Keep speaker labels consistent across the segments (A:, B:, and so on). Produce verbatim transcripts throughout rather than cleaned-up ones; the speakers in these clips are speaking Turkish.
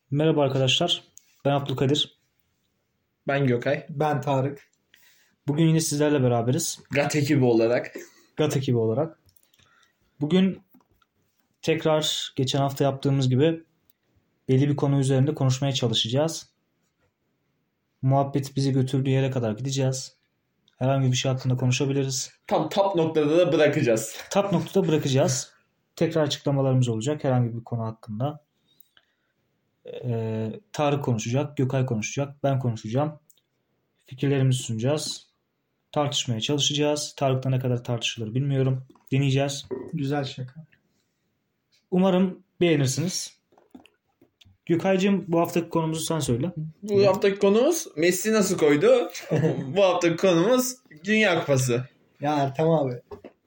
A: Merhaba arkadaşlar. Ben Abdülkadir.
B: Ben Gökay.
C: Ben Tarık.
A: Bugün yine sizlerle beraberiz.
B: Gat ekibi olarak.
A: Gat ekibi olarak. Bugün tekrar geçen hafta yaptığımız gibi belli bir konu üzerinde konuşmaya çalışacağız. Muhabbet bizi götürdüğü yere kadar gideceğiz. Herhangi bir şey hakkında konuşabiliriz.
B: Tam top noktada da bırakacağız.
A: Tap noktada bırakacağız. Tekrar açıklamalarımız olacak herhangi bir konu hakkında. Ee, Tarık konuşacak, Gökay konuşacak, ben konuşacağım. Fikirlerimizi sunacağız. Tartışmaya çalışacağız. Tarık'ta ne kadar tartışılır bilmiyorum. Deneyeceğiz.
C: Güzel şaka.
A: Umarım beğenirsiniz. Gökay'cığım bu haftaki konumuzu sen söyle.
B: Bu haftaki konumuz Messi nasıl koydu? Bu haftaki konumuz Dünya Kupası.
C: Ya Ertem abi.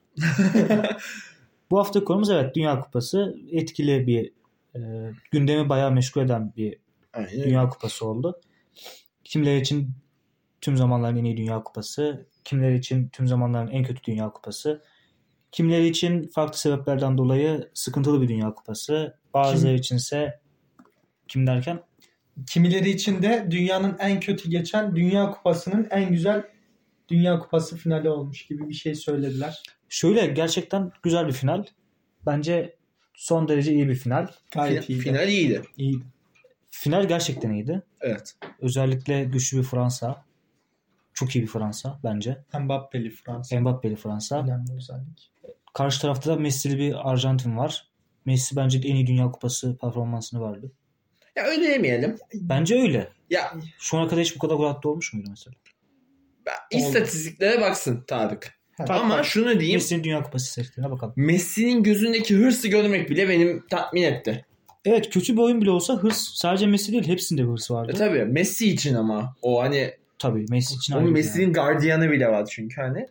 A: Bu haftaki konumuz evet Dünya Kupası. Etkili bir e, gündemi bayağı meşgul eden bir
B: Aynen.
A: Dünya Kupası oldu. Kimileri için tüm zamanların en iyi Dünya Kupası. Kimileri için tüm zamanların en kötü Dünya Kupası. Kimileri için farklı sebeplerden dolayı sıkıntılı bir Dünya Kupası. Bazıları
C: Kim?
A: içinse kim derken?
C: Kimileri için de dünyanın en kötü geçen Dünya Kupası'nın en güzel Dünya Kupası finali olmuş gibi bir şey söylediler.
A: Şöyle gerçekten güzel bir final. Bence son derece iyi bir final.
C: Gayet
B: Fin-
C: iyiydi.
B: Final iyiydi.
C: İyiydi.
A: Final gerçekten iyiydi.
B: Evet.
A: Özellikle güçlü bir Fransa. Çok iyi bir Fransa bence.
C: Mbappe'li Fransa.
A: Mbappe'li Fransa.
C: Önemli özellik.
A: Karşı tarafta da Messi'li bir Arjantin var. Messi bence en iyi Dünya Kupası performansını verdi.
B: Ya öyle demeyelim.
A: Bence öyle.
B: Ya
A: Şu ana kadar hiç bu kadar gol attı olmuş muydu mesela?
B: ben- istatistiklere baksın Tarık.
C: Ha,
B: Ama
A: bak.
B: şunu diyeyim.
A: Messi'nin Dünya Kupası seçtiğine bakalım.
B: Messi'nin gözündeki hırsı görmek bile benim tatmin etti.
A: Evet kötü bir oyun bile olsa hırs sadece Messi değil hepsinde bir hırs vardı.
B: E tabii Messi için ama o hani
A: Tabii Messi için
B: onun
A: ayrı bir
B: Messi'nin
A: yani.
B: gardiyanı bile var çünkü hani.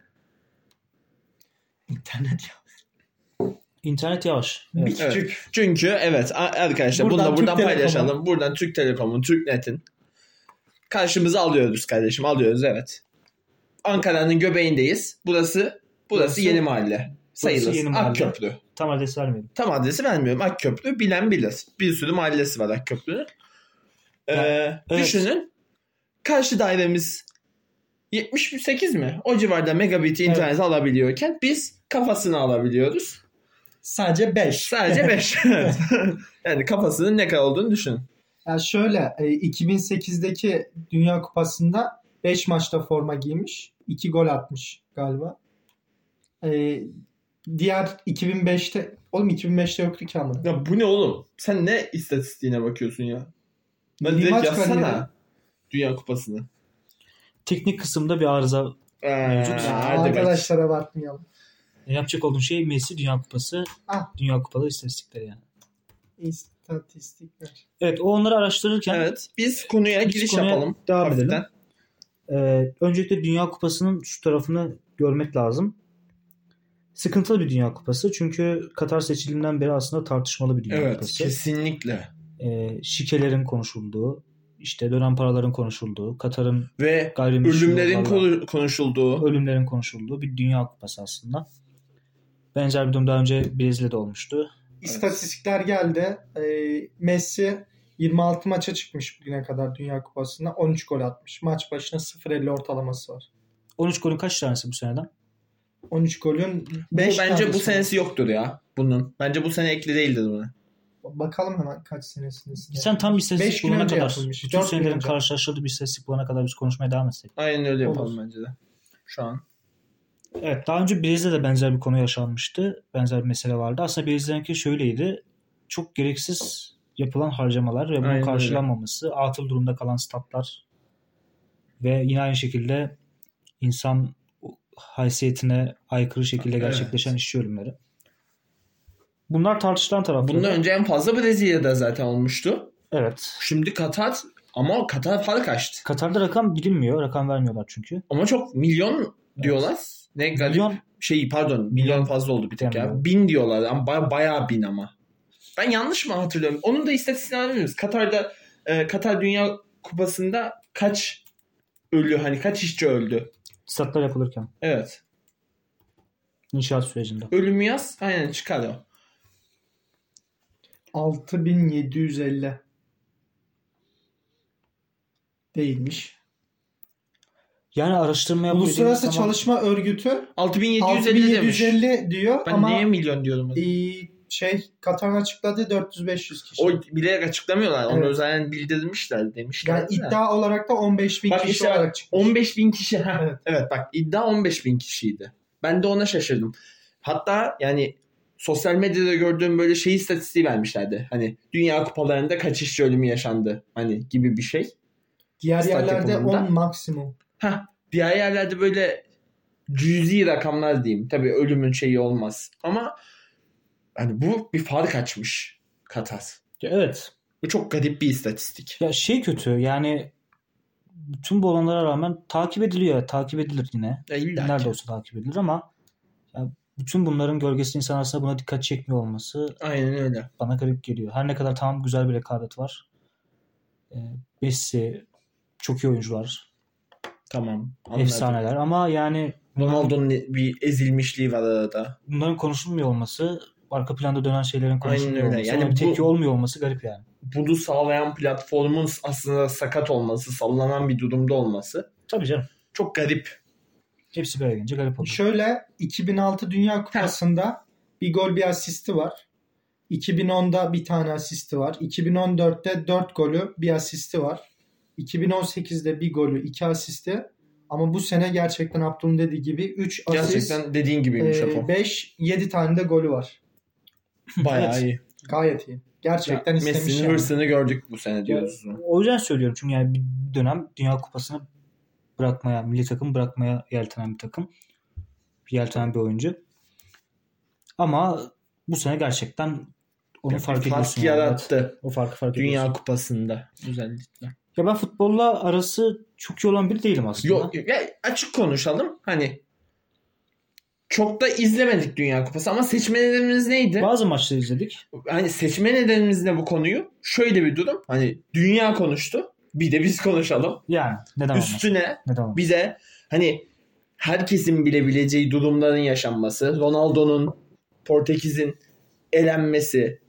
C: İnternet ya.
A: İnternet yavaş.
C: Bir
A: Evet.
C: küçük.
B: Evet. Çünkü evet a- arkadaşlar
C: Buradan
B: bunu da buradan
C: Türk
B: paylaşalım.
C: Telekom'un-
B: Buradan Türk Telekom'un, Türknet'in karşımıza alıyoruz kardeşim. Alıyoruz evet. Ankara'nın göbeğindeyiz. Burası burası,
A: Burası-
B: Yeni Mahalle. Sayılır.
A: Yeni Mahalle.
B: Akköprü.
A: Tam adres vermeyelim.
B: Tam adresi vermiyorum. Akköprü bilen bilir. Bir sürü mahallesi var Akköprü'nün. Ee,
A: Ya, evet.
B: Düşünün. Karşı dairemiz yetmiş sekiz mi? O civarda megabit internet
A: Evet.
B: alabiliyorken biz kafasını alabiliyoruz.
C: Sadece beş.
B: Sadece beş. Yani kafasının ne kadar olduğunu düşünün.
C: Yani şöyle e, iki bin sekizdeki Dünya Kupası'nda beş maçta forma giymiş. iki gol atmış galiba. E, diğer iki bin beşte oğlum iki bin beşte yoktu ki ama.
B: Ya bu ne oğlum? Sen ne istatistiğine bakıyorsun ya? Lan
C: Milli
B: direkt
C: maç
B: yazsana
C: kariyeri.
B: Dünya Kupası'nı.
A: Teknik kısımda bir arıza.
B: Ee,
A: Mevcut.
C: Ya,
B: hadi bak.
C: arkadaşlara bakmayalım.
A: Yapacak olduğum şey Messi Dünya Kupası.
C: Ah.
A: Dünya Kupaları istatistikleri yani.
C: İstatistikler.
A: Evet o onları araştırırken
B: Evet. Biz konuya
A: Biz
B: giriş
A: konuya
B: yapalım.
A: devam
B: hafiften.
A: edelim. e, öncelikle Dünya Kupası'nın şu tarafını görmek lazım. Sıkıntılı bir Dünya Kupası. Çünkü Katar seçildiğinden beri aslında tartışmalı bir Dünya
B: Evet.
A: Kupası.
B: Kesinlikle.
A: E, şikelerin konuşulduğu, işte dönem paraların konuşulduğu, Katar'ın
B: Ve
A: gayrimeşru
B: ölümlerin
A: yollarla-
B: konu- konuşulduğu.
A: ölümlerin konuşulduğu bir Dünya Kupası aslında. Benzer bir durum daha önce Brezilya'da olmuştu.
C: İstatistikler geldi. E, Messi yirmi altı maça çıkmış bugüne kadar Dünya Kupası'nda. on üç gol atmış. Maç başına sıfır virgül elli ortalaması var.
A: on üç golün kaç tanesi bu seneden?
C: on üç golün
B: Bu
C: beş
B: bence bu
C: tanesi.
B: senesi yoktur ya bunun. Bence bu sene ekli değildir buna.
C: Bakalım hemen kaç senesinde.
A: Sen tam bir
C: Beş
A: istatistik
C: gün
A: bulana
C: önce
A: kadar,
C: yapılmış.
A: bütün
C: Dört gün
A: senelerin
C: önce.
A: karşılaştırdığı bir istatistik bulana kadar biz konuşmaya devam etsek.
B: Aynen öyle yapalım
C: Olur.
B: bence de. Şu an.
A: Evet, daha önce Brezilya'da benzer bir konu yaşanmıştı. Benzer bir mesele vardı. Aslında Brezilya'nınki şöyleydi. Çok gereksiz yapılan harcamalar ve bunun
B: Aynen öyle.
A: karşılanmaması, atıl durumda kalan statlar ve yine aynı şekilde insan haysiyetine aykırı şekilde
B: Evet.
A: gerçekleşen işçi ölümleri. Bunlar tartışılan tarafları.
B: Bundan önce en fazla Brezilya'da zaten olmuştu.
A: Evet.
B: Şimdi Katar ama Katar fark açtı.
A: Katar'da rakam bilinmiyor. Rakam vermiyorlar çünkü.
B: Ama çok milyon diyorlar. Ne garip.
A: Milyon
B: Şey pardon milyon,
A: Milyon
B: fazla oldu bir tek ya.
A: demiyorum.
B: Bin diyorlar ama baya, bayağı bin ama. Ben yanlış mı hatırlıyorum? Onun da istatistiğini alamıyoruz. Katar'da e, Katar Dünya Kupası'nda kaç ölü hani kaç işçi öldü?
A: statlar yapılırken.
B: Evet.
A: İnşaat sürecinde.
B: Ölümü yaz. Aynen çıkar o.
C: altı bin yedi yüz elli. değilmiş.
A: Yani araştırma yapıyor.
C: Uluslararası Çalışma Örgütü
B: altı bin yedi yüz
C: altı bin
B: elli
C: yedi
B: demiş.
C: yüz elli diyor
B: Ben
C: ama
B: niye milyon diyorum?
C: e, şey Katar'ın açıkladığı dört yüz beş yüz kişi.
B: O bilerek açıklamıyorlar. Onu
C: Evet.
B: özel bildirmişler demişler.
C: Yani iddia olarak da on beş bin
B: Bak
C: kişi
B: işte
C: olarak çıkmış.
B: on beş bin kişi. Heh,
C: Evet.
B: evet bak iddia on beş bin kişiydi. Ben de ona şaşırdım. Hatta yani sosyal medyada gördüğüm böyle şey istatistiği vermişlerdi. Hani Dünya Kupalarında kaç işçi ölümü yaşandı hani gibi bir şey.
C: Diğer
B: stat
C: yerlerde
B: yapımında.
C: on maksimum.
B: Heh, diğer yerlerde böyle cüzi rakamlar diyeyim. Tabii ölümün şeyi olmaz. Ama hani bu bir fark açmış Katar.
A: Evet.
B: Bu çok garip bir istatistik.
A: Ya şey kötü yani tüm bu olanlara rağmen takip ediliyor. Takip edilir yine.
B: Ya illa
A: Nerede
B: ki.
A: olsa takip edilir ama ya bütün bunların gölgesinde insan arasında buna dikkat çekmiyor olması
B: Aynen öyle.
A: bana garip geliyor. Her ne kadar tamam güzel bir rekabet var. Ee, Messi çok iyi oyuncular.
B: Tamam. Anladım.
A: Efsaneler ama yani
B: Ronaldo'nun bir ezilmişliği var arada.
A: bunların konuşulmuyor olması, arka planda dönen şeylerin konuşulmuyor
B: öyle.
A: olması,
B: Yani
A: yani bir
B: bu-
A: tepki olmuyor olması garip yani.
B: Bunu sağlayan platformun aslında sakat olması, sallanan bir durumda olması
A: Tabii canım.
B: çok garip.
A: Hepsi bir araya gelince garip oluyor.
C: Şöyle iki bin altı Dünya Kupası'nda bir gol bir asisti var. iki bin onda bir tane asisti var. iki bin on dörtte dört golü bir asisti var. iki bin on sekizde bir golü iki asisti. Ama bu sene gerçekten Abdul'un dediği gibi üç asist,
B: Gerçekten dediğin gibiymiş Apo.
C: beş yedi tane de golü var.
B: Bayağı
A: Evet.
B: iyi.
C: Gayet iyi. Gerçekten
B: Ya,
C: istemiş
B: Messi'nin
C: yani.
B: hırsını gördük bu sene diyoruz.
A: O yüzden söylüyorum çünkü yani bir dönem Dünya Kupası'nı bırakmaya, milli takım bırakmaya yeltenen bir takım. Yeltenen bir oyuncu. Ama bu sene gerçekten onu
B: Ya,
A: fark
B: bir
A: ediyorsun.
B: fark
A: yani.
B: yarattı.
A: Evet, o farkı fark
B: Dünya
A: ediyorsun.
B: Kupası'nda özellikle.
A: Ya ben futbolla arası çok iyi olan biri değilim aslında.
B: Yok ya açık konuşalım. Hani çok da izlemedik Dünya Kupası ama seçme nedenimiz neydi?
A: Bazı maçları izledik.
B: Hani seçme nedenimiz ne bu konuyu? Şöyle bir durum. Hani dünya konuştu. Bir de biz konuşalım.
A: Yani neden olmaz?
B: Üstüne
A: Neden olmaz?
B: bir de hani herkesin bilebileceği durumların yaşanması, Ronaldo'nun, Portekiz'in elenmesi,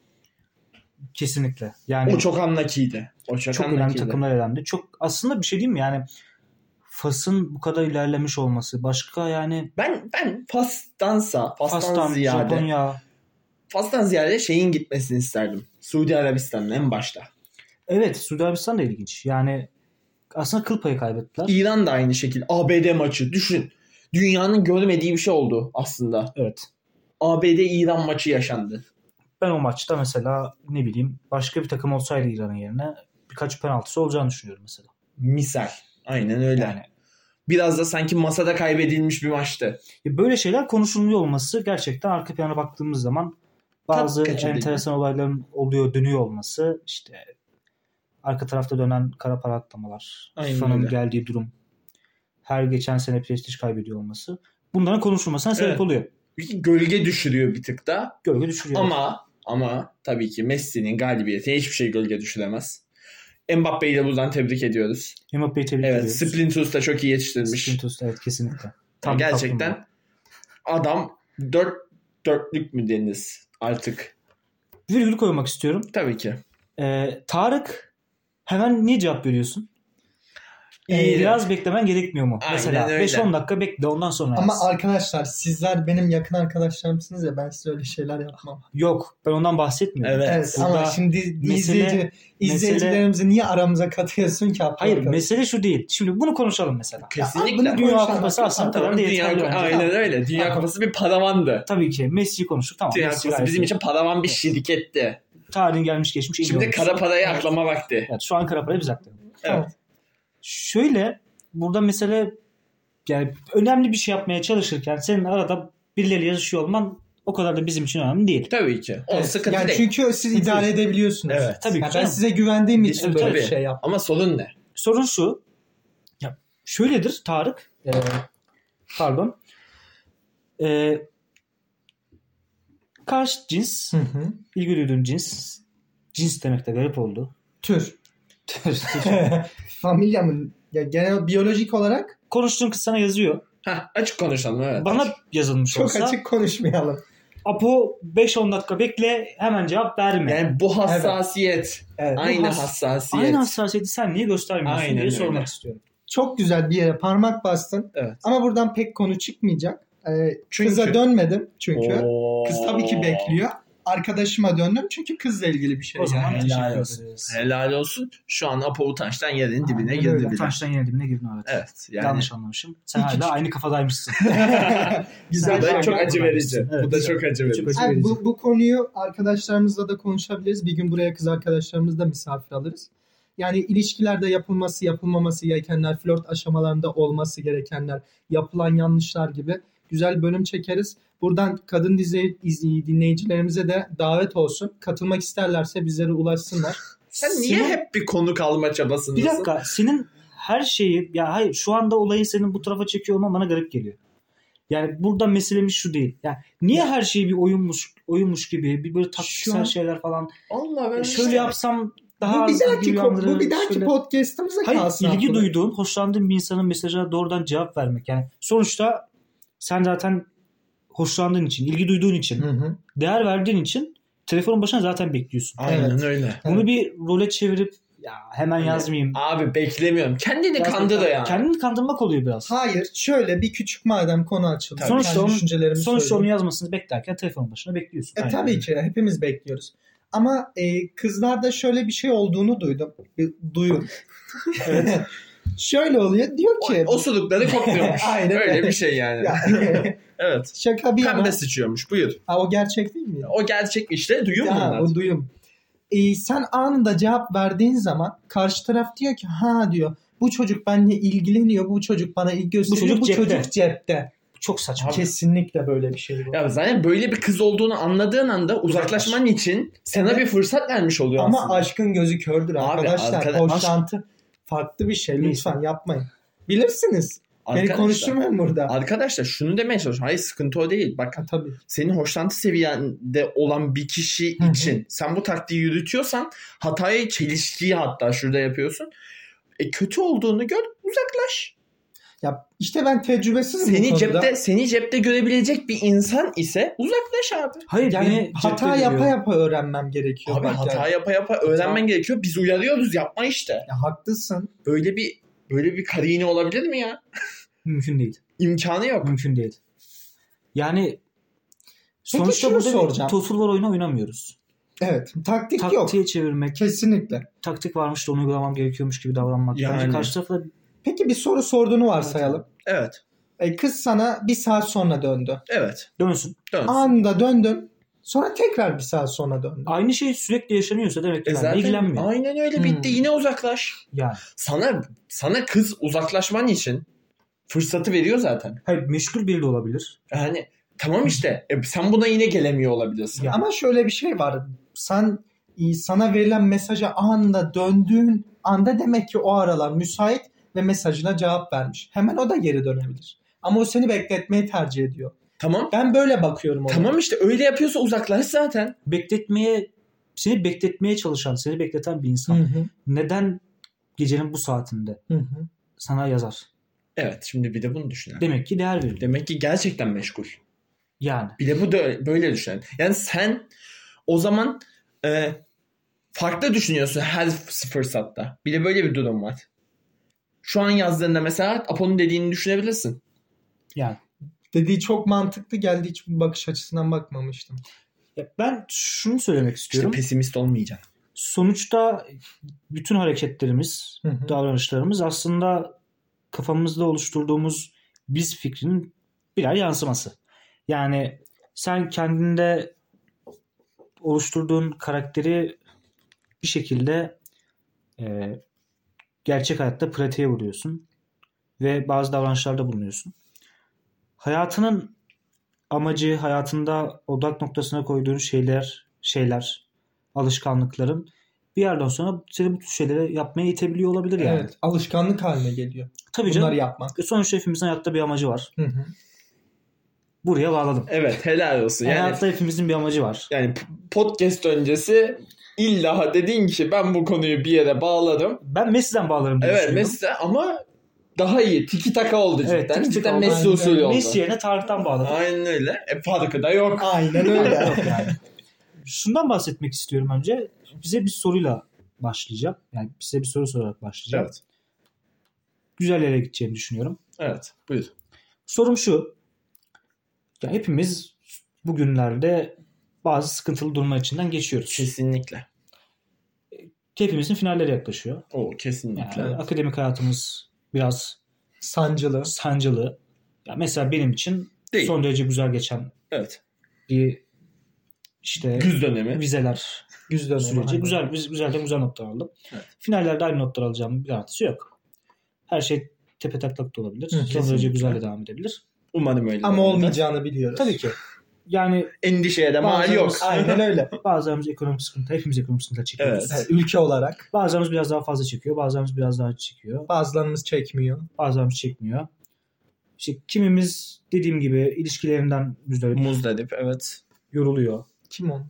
A: Kesinlikle. Yani
B: o çok anlakiydi. O çok,
A: çok önemli
B: anlakiydi.
A: takımlar elendi. Çok aslında bir şey diyeyim mi? Yani Fas'ın bu kadar ilerlemiş olması, başka yani
B: Ben ben Fas'tansa, Fas'tan
A: Fas'tan,
B: ziyade
A: Japonya.
B: Fas'tan ziyade şeyin gitmesini isterdim. Suudi Arabistan'ın en başta.
A: Evet, Suudi Arabistan da ilginç. Yani aslında kıl payı kaybettiler.
B: İran da aynı şekilde. A B D maçı. Düşün. Dünyanın görmediği bir şey oldu aslında.
A: Evet.
B: A B D-İran maçı yaşandı.
A: Ben o maçta mesela ne bileyim başka bir takım olsaydı İran'ın yerine birkaç penaltısı olacağını düşünüyorum mesela.
B: Misal. Aynen öyle.
A: Yani
B: Biraz da sanki masada kaybedilmiş bir maçtı.
A: böyle şeyler konuşulmuyor olması gerçekten arka plana baktığımız zaman bazı
B: Tat kaçırdı.
A: enteresan olayların oluyor, dönüyor olması, işte arka tarafta dönen kara para aklamalar,
B: Aynen
A: FIFA'nın
B: öyle.
A: geldiği durum, her geçen sene prestij kaybediyor olması bunların konuşulmasına sebep
B: Evet.
A: oluyor.
B: Bir gölge düşürüyor bir tık da.
A: Gölge düşürüyor.
B: Ama ama tabii ki Messi'nin galibiyeti hiçbir şey gölge düşüremez. Mbappe'yi de buradan tebrik ediyoruz.
A: Mbappe'yi tebrik
B: Evet,
A: ediyoruz.
B: Splintus da çok iyi yetiştirmiş.
A: Splintus, evet kesinlikle.
B: Yani
A: Tam
B: gerçekten adam dört dörtlük mü deniz artık?
A: virgül koymak istiyorum.
B: Tabii ki.
A: Ee, Tarık hemen niye cevap veriyorsun?
B: İyi.
A: Ee, biraz beklemen gerekmiyor mu?
B: Aynen
A: Mesela
B: öyle.
A: beş on dakika bekle ondan sonra
C: Ama
A: yaz.
C: arkadaşlar sizler benim yakın arkadaşlarımsınız ya ben size öyle şeyler yapmam.
A: Yok ben ondan bahsetmiyorum.
B: Evet.
C: Evet
A: Burada
C: ama şimdi
A: mesele-
C: izleyici, izleyicilerimizi niye aramıza katıyorsun ki?
A: Hayır
C: Arkadaş?
A: mesele şu değil. Şimdi bunu konuşalım mesela.
B: Kesinlikle.
C: bunu
A: Dünya
C: konuşalım.
A: Kupası aslında
C: Tamam,
A: kadar da
B: Dünya,
A: yeterli bence.
B: aynen öyle. Dünya
C: Tamam.
B: Kupası bir paravandı.
A: Tabii ki Messi'yi konuştuk. Tamam.
B: Dünya
A: Messi
B: Kupası
A: gayet
B: bizim
A: iyi.
B: için paravan bir şirketti.
A: Tarihin gelmiş geçmiş en iyi
B: Şimdi
A: oyuncusu.
B: kara parayı
C: Evet.
B: aklama vakti.
A: Evet, şu an kara parayı biz aktaralım.
B: Evet.
A: Şöyle burada mesele yani önemli bir şey yapmaya çalışırken senin arada birileriyle yazışıyor olman o kadar da bizim için önemli değil.
B: Tabii ki. O
C: Evet,
B: sıkıntı
C: yani
B: değil.
C: çünkü siz idare edebiliyorsunuz.
B: Evet.
A: Tabii ki
C: Yani ben
A: canım.
C: size güvendiğim için
A: Evet,
C: böyle
B: tabii.
C: bir şey yaptım.
B: Ama sorun ne?
A: Sorun şu. Ya şöyledir Tarık. E, pardon. E, karşı cins,
C: Hı hı.
A: ilgi duyduğun cins, cins demek de garip oldu.
C: Tür. Familya mı? Ya genel biyolojik olarak
A: Konuştuğun kız sana yazıyor.
B: Heh, açık konuşalım evet.
A: Bana yazılmış
C: çok
A: olsa
C: açık konuşmayalım.
A: Apo beş on dakika bekle, hemen cevap verme.
B: Yani bu hassasiyet.
C: Evet.
B: Aynı
A: has-
B: hassasiyet.
A: Aynı hassasiyeti sen niye göstermiyorsun
B: Aynen
A: diye
B: öyle.
A: sormak istiyorum.
C: Çok güzel bir yere parmak bastın.
B: Evet.
C: Ama buradan pek konu çıkmayacak. Ee,
B: Çünkü-
C: Kıza dönmedim çünkü.
B: Oo.
C: Kız tabii ki bekliyor. Arkadaşıma döndüm çünkü kızla ilgili bir şey.
A: O zaman
C: yani.
A: teşekkür
B: Helal olsun.
A: ederiz.
B: Helal olsun. Şu an Apo Utanç'tan yerin dibine
C: Aynen
B: girdi
C: öyle.
B: bile.
A: Taştan yine dibine girdin evet.
B: Evet. Yani
A: Yanlış anlamışım. Sen
C: İyi
A: hala
C: ki-
A: aynı kafadaymışsın.
C: Güzel
B: bu da
C: şey.
B: çok acı verici.
A: Evet.
B: Bu da çok acı verici.
A: Çok acı
C: Abi,
A: verici.
C: bu, bu konuyu arkadaşlarımızla da konuşabiliriz. Bir gün buraya kız arkadaşlarımızı da misafir alırız. Yani ilişkilerde yapılması, yapılmaması gerekenler, flört aşamalarında olması gerekenler, yapılan yanlışlar gibi güzel bölüm çekeriz. Buradan kadın dizi izleyici dinleyicilerimize de davet olsun. Katılmak isterlerse bizlere ulaşsınlar.
B: Sen niye
A: Senin-
B: hep bir konu kalma çabasındasın?
A: Bir dakika, senin her şeyi, ya hayır, şu anda olayı senin bu tarafa çekiyor olman bana garip geliyor. Yani burada meselemiz şu değil. Yani niye her şey bir oyunmuş oyunmuş gibi, bir böyle taktiksel
C: an-
A: şeyler falan.
B: Allah ben
A: Şöyle yapsam daha
C: bu bir
A: az
C: dahaki,
A: ilgi
C: ko-
A: uyandırır.
C: bu bir dahaki
A: Şöyle-
C: podcast'ımıza
A: Hayır,
C: kalsın.
A: ilgi
C: aklına.
A: duyduğun, hoşlandığın bir insanın mesajına doğrudan cevap vermek. Yani sonuçta sen zaten hoşlandığın için, ilgi duyduğun için,
C: Hı hı.
A: değer verdiğin için telefonun başına zaten bekliyorsun.
B: Aynen
C: Evet.
B: öyle.
A: Bunu bir role çevirip ya hemen
B: Evet.
A: yazmayayım.
B: Abi beklemiyorum. Kendini
A: Biraz
B: kandır
A: da-
B: ya.
A: Kendini kandırmak oluyor biraz.
C: Hayır, şöyle bir küçük madem konu açıldı.
B: Tabii.
A: Sonuçta
C: Kendi
A: onun-
C: düşüncelerimi
A: Sonuçta onu
C: söyleyeyim.
A: yazmasını beklerken telefonun başına bekliyorsun.
C: E,
B: Aynen.
C: tabii ki hepimiz bekliyoruz. Ama e, kızlarda şöyle bir şey olduğunu duydum. Bir duyum.
A: Evet.
C: Şöyle oluyor. Diyor ki
B: O osurukları kokluyormuş.
C: Aynen
B: Öyle
C: öyle.
B: bir şey yani.
C: Ya,
B: Evet.
C: şaka bir yana.
B: Pembe sıçıyormuş. Buyur.
C: Ha, o gerçek değil mi?
B: O gerçek işte. Duyuyor musun
C: Ya,
B: bunlar?
C: o duyum. E, sen anında cevap verdiğin zaman karşı taraf diyor ki ha diyor bu çocuk benimle ilgileniyor. Bu çocuk bana ilgi gösteriyor.
A: çocuk
C: Bu
A: cepte.
C: çocuk cepte.
A: Çok saçma.
C: Kesinlikle böyle bir şey bu.
B: Ya zaten böyle bir kız olduğunu anladığın anda uzaklaşman için sana
C: Evet.
B: bir fırsat vermiş oluyor
C: Ama
B: aslında.
C: aşkın gözü kördür
B: Abi,
C: arkadaşlar.
B: arkada-
C: Hoşlantı farklı bir şey. Lütfen yapmayın. Bilirsiniz. Beni
B: Arkadaşlar-
C: konuşturmayın burada.
B: Arkadaşlar şunu demeye çalışıyorum. Hayır sıkıntı o değil. Bak
C: Ha, tabii.
B: senin hoşlantı seviyende olan bir kişi
C: Hı hı.
B: için sen bu taktiği yürütüyorsan hatayı çelişkiyi hatta şurada yapıyorsun. E kötü olduğunu gör, uzaklaş.
C: Ya işte ben tecrübesizim bu
B: Seni
C: konuda.
B: cepte seni cepte görebilebilecek bir insan ise uzaklaş abi.
A: Hayır,
C: Yani
A: beni
C: hata
A: cepte
C: yapa
A: görüyor.
C: yapa öğrenmem gerekiyor.
B: Abi
C: bak
B: hata
C: yani.
B: yapa yapa öğrenmen gerekiyor. Biz uyarıyoruz, yapma işte.
C: Ya haklısın.
B: Böyle bir böyle bir karine olabilir mi ya?
A: Mümkün değil.
B: İmkanı yok.
A: Mümkün değil. Yani
C: Peki
A: sonuçta
C: şunu
A: burada
C: soracağım.
A: bir totul var oyunu oynamıyoruz.
C: Evet. Taktik yok.
A: Taktiğe çevirmek,
C: Kesinlikle.
A: taktik varmış da onu uygulamam gerekiyormuş gibi davranmak.
B: Yani.
A: Bence karşı tarafla
C: Peki bir soru sorduğunu varsayalım.
B: Evet.
C: E, kız sana bir saat sonra döndü.
B: Evet.
A: dönsün.
B: Dön.
C: Anında döndün. Sonra tekrar bir saat sonra döndü.
A: Aynı şey sürekli yaşanıyorsa demek ki
B: E
A: benimle
B: zaten
A: ilgilenmiyor.
B: aynen öyle bitti.
C: Hmm.
B: Yine uzaklaş.
A: Yani.
B: Sana sana kız uzaklaşman için fırsatı veriyor zaten.
A: Hayır, meşgul biri de olabilir.
B: Yani tamam işte. E, sen buna yine gelemiyor olabilirsin.
A: Ya.
C: Ama şöyle bir şey var. Sen e, sana verilen mesaja anında döndüğün anda demek ki o aralar müsait ve mesajına cevap vermiş. Hemen o da geri dönebilir. Ama o seni bekletmeyi tercih ediyor.
B: Tamam.
C: Ben böyle bakıyorum ona.
B: Tamam işte öyle yapıyorsa uzaklaş zaten.
A: Bekletmeye, seni bekletmeye çalışan, seni bekleten bir
C: Hı
A: insan
C: hı.
A: neden gecenin bu saatinde
C: Hı hı.
A: sana yazar?
B: Evet şimdi bir de bunu düşünelim.
A: Demek ki değer veriyor.
B: Demek ki gerçekten meşgul.
A: Yani.
B: Bir de bu da böyle düşünelim. Yani sen o zaman e, farklı düşünüyorsun her fırsatta. Bir de böyle bir durum var. Şu an yazdığında mesela Apo'nun dediğini düşünebilirsin.
A: Yani.
C: Dediği çok mantıklı geldi. Hiç bu bakış açısından bakmamıştım.
A: Ya ben şunu söylemek
B: İşte
A: istiyorum.
B: pesimist olmayacaksın.
A: Sonuçta bütün hareketlerimiz,
C: Hı hı.
A: davranışlarımız aslında kafamızda oluşturduğumuz biz fikrinin birer yansıması. Yani sen kendinde oluşturduğun karakteri bir şekilde e, gerçek hayatta pratiğe vuruyorsun ve bazı davranışlarda bulunuyorsun. Hayatının amacı, hayatında odak noktasına koyduğun şeyler, şeyler, alışkanlıkların bir yerden sonra seni bu tür şeyleri yapmaya itebiliyor olabilir yani.
C: Evet. Alışkanlık haline geliyor.
A: Tabii
C: Bunları
A: canım.
C: yapmak.
A: E Sonuçta hepimizin hayatta bir amacı var.
C: Hı hı.
A: Buraya bağladım.
B: Evet helal olsun. Yani,
A: Hayatta hepimizin bir amacı var.
B: yani p- podcast öncesi illa dedin ki ben bu konuyu bir yere bağladım.
A: Ben Messi'den bağlarım diye
B: Evet
A: düşünüyorum.
B: mesela ama daha iyi. Tiki taka oldu cidden.
A: Evet, tiki taka
B: cidden
A: oldu.
B: Messi
C: Aynen.
B: usulü oldu.
A: Messi yerine Tarık'tan bağladık.
B: Aynen öyle. E farkı da yok.
C: Aynen öyle.
A: Yok yani. Şundan bahsetmek istiyorum önce. Bize bir soruyla başlayacağım. Yani size bir soru sorarak başlayacağım.
B: Evet.
A: Güzel yere gideceğini düşünüyorum.
B: Evet. Buyur.
A: Sorum şu. Ya hepimiz bugünlerde bazı sıkıntılı durumlar içinden geçiyoruz.
B: Kesinlikle.
A: Hepimizin finalleri yaklaşıyor.
B: O kesinlikle.
A: Yani akademik hayatımız biraz
C: Sancılı.
A: sancılı. Ya mesela benim için
B: Değil.
A: son derece güzel geçen
B: Evet.
A: bir işte
B: Güz dönemi.
A: vizeler
C: Güz dönemi.
A: süreci.
C: aynen.
A: Güzel, güzel, güzel de güzel notlar aldım.
B: Evet.
A: Finallerde aynı notlar alacağım bir garantisi yok. Her şey tepe taklak da olabilir.
C: Hı,
A: son derece
B: kesinlikle.
A: güzel de devam edebilir.
B: Umarım öyle.
C: Ama
B: olmaz.
C: olmayacağını biliyoruz.
A: Tabii ki. Yani
B: Endişeye de mal yok.
C: Aynen öyle.
A: bazılarımız ekonomik sıkıntı, hepimiz ekonomik sıkıntı çekiyoruz.
B: Evet.
C: Evet, ülke olarak.
A: Bazılarımız biraz daha fazla çekiyor, bazılarımız biraz daha çekiyor,
C: Bazılarımız çekmiyor.
A: bazılarımız çekmiyor. İşte kimimiz dediğim gibi ilişkilerinden müzdarip,
B: Muzdarip. Evet.
A: yoruluyor.
C: Kim o?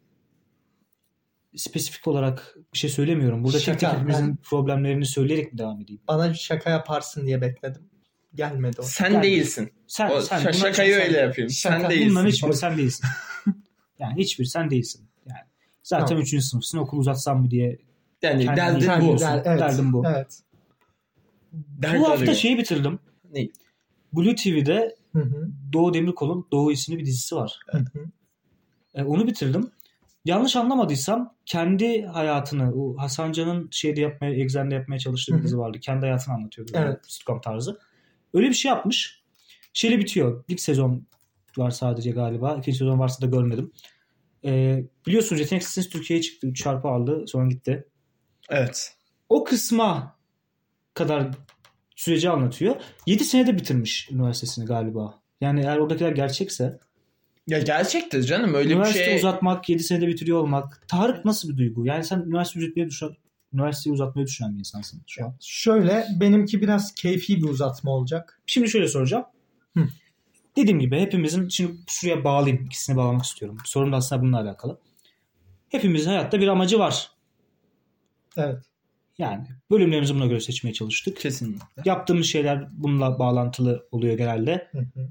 A: Spesifik olarak bir şey söylemiyorum. Burada tek tek
C: Şaka,
A: hepimizin
C: ben-
A: problemlerini söyleyerek mi devam edeyim?
C: Bana bir şaka yaparsın diye bekledim. Gelmedi o.
B: Sen
A: Yani-
B: değilsin.
A: Sen,
B: O
A: sen
B: şa-
A: bunların
B: şakayı
A: hiçbir-
B: öyle yapayım.
C: Şaka-
B: Sen değilsin.
A: Bunların hiçbiri sen değilsin. Yani hiçbir sen değilsin. Yani zaten
C: Tamam.
A: üçüncü sınıfsın, okul uzatsam mı diye
B: Yani
A: Kendi-
B: derdin
A: kendi
B: bu.
A: der-
C: evet.
A: derdim bu.
C: Evet.
B: Dert
A: Bu hafta
B: arıyor.
A: şeyi bitirdim.
B: Ne?
A: Blue T V'de
C: Hı hı.
A: Doğu Demirkol'un Doğu isimli bir dizisi var.
C: Hı hı.
A: E, onu bitirdim. Yanlış anlamadıysam kendi hayatını, o Hasan Can'ın şeyde yapmaya, Exxen'de yapmaya çalıştığı
C: Hı
A: bir
C: hı.
A: dizi vardı. Kendi hayatını anlatıyordu.
C: Evet.
A: Böyle sitcom tarzı. Öyle bir şey yapmış. Şeyle bitiyor. İlk sezon var sadece galiba. İkinci sezon varsa da görmedim. E, biliyorsunuz Yeteneksizsiniz Türkiye'ye çıktı. üç çarpı aldı. Sonra gitti.
B: Evet.
A: O kısma kadar süreci anlatıyor. yedi senede bitirmiş üniversitesini galiba. Yani eğer oradakiler gerçekse
B: Ya gerçektir canım öyle bir
A: üniversite
B: şey.
A: uzatmak, yedi senede bitiriyor olmak. Tarık nasıl bir duygu? Yani sen üniversite uzatmayı düşünen, üniversiteyi uzatmayı düşünen bir insansın şu an.
C: Şöyle benimki biraz keyfi bir uzatma olacak.
A: Şimdi şöyle soracağım.
C: Hı.
A: Dediğim gibi hepimizin, şimdi şuraya bağlayayım. İkisini bağlamak istiyorum. Sorum da aslında bununla alakalı. Hepimizin hayatta bir amacı var.
C: Evet.
A: Yani bölümlerimizi buna göre seçmeye çalıştık.
B: Kesinlikle.
A: Yaptığımız şeyler bununla bağlantılı oluyor genelde.
C: Hı hı.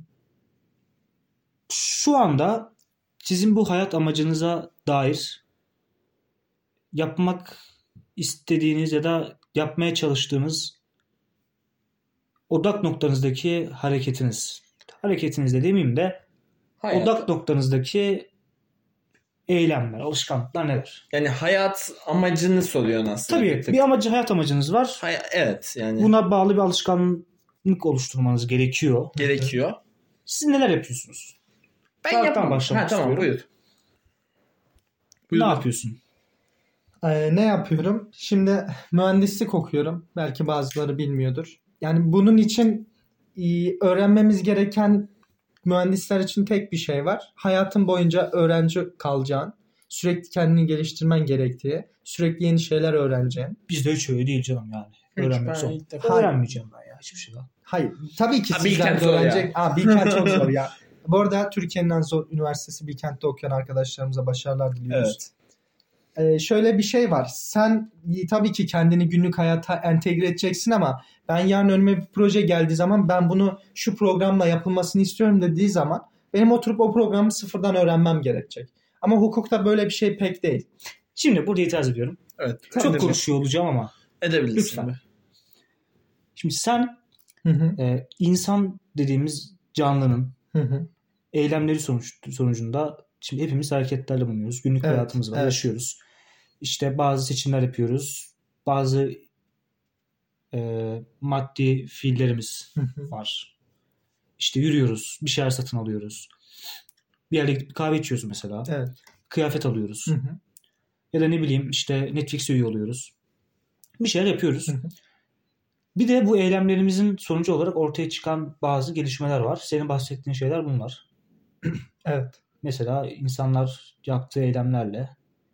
A: Şu anda sizin bu hayat amacınıza dair yapmak istediğiniz ya da yapmaya çalıştığınız odak noktanızdaki hareketiniz. Hareketiniz de demeyeyim de
B: Hayat.
A: odak noktanızdaki eylemler, alışkanlıklar neler?
B: Yani hayat amacını soruyorsun aslında.
A: Tabii
B: tık.
A: bir amacı, hayat amacınız var.
B: Hay- evet yani
A: Buna bağlı bir alışkanlık oluşturmanız gerekiyor.
B: gerekiyor.
A: Siz neler yapıyorsunuz?
B: Ben
A: Tarık'tan
B: yapamam.
A: başlamak
B: Ha, tamam
A: istiyorum.
B: buyur. Buyur.
A: Ne yapıyorsun?
C: Ee, ne yapıyorum? Şimdi mühendislik okuyorum. Belki bazıları bilmiyordur. Yani bunun için e, öğrenmemiz gereken mühendisler için tek bir şey var. Hayatın boyunca öğrenci kalacağın, sürekli kendini geliştirmen gerektiği, sürekli yeni şeyler öğreneceğin.
A: Bizde hiç öyle değil canım yani.
B: Hiç,
A: Öğrenmek
B: ben
A: zor.
B: ilk defa-
A: Öğrenmeyeceğim ben ya hiçbir şey daha.
C: Hayır, tabii ki
B: Ha,
C: sizler
B: Bilkent
C: de
B: zor
C: öğrenecek. Ha, Bilkent çok zor ya. Bu arada Türkiye'nin en zor üniversitesi Bilkent'te okuyan arkadaşlarımıza başarılar diliyoruz.
B: Evet.
C: Ee, şöyle bir şey var. Sen y- tabii ki kendini günlük hayata entegre edeceksin ama ben yarın önüme bir proje geldiği zaman ben bunu şu programla yapılmasını istiyorum dediği zaman benim oturup o programı sıfırdan öğrenmem gerekecek. Ama hukukta böyle bir şey pek değil.
A: Şimdi burada itiraz ediyorum.
B: Evet.
A: Çok
B: Tabii.
A: konuşuyor olacağım ama.
B: Edebilirsin.
A: Lütfen. Şimdi sen
C: Hı hı,
A: e, insan dediğimiz canlının
C: hı hı.
A: eylemleri sonuç, sonucunda şimdi hepimiz hareketlerle bulunuyoruz. Günlük
C: Evet,
A: hayatımız var.
C: evet.
A: Yaşıyoruz. İşte bazı seçimler yapıyoruz. Bazı e, maddi fiillerimiz
C: Hı hı.
A: var. İşte yürüyoruz. Bir şeyler satın alıyoruz. Bir yerde gidip bir kahve içiyoruz mesela.
C: Evet.
A: Kıyafet alıyoruz.
C: Hı hı.
A: Ya da ne bileyim işte Netflix'e üye oluyoruz. Bir şeyler yapıyoruz.
C: Hı hı.
A: Bir de bu eylemlerimizin sonucu olarak ortaya çıkan bazı gelişmeler var. Senin bahsettiğin şeyler bunlar.
C: Evet.
A: Mesela insanlar yaptığı eylemlerle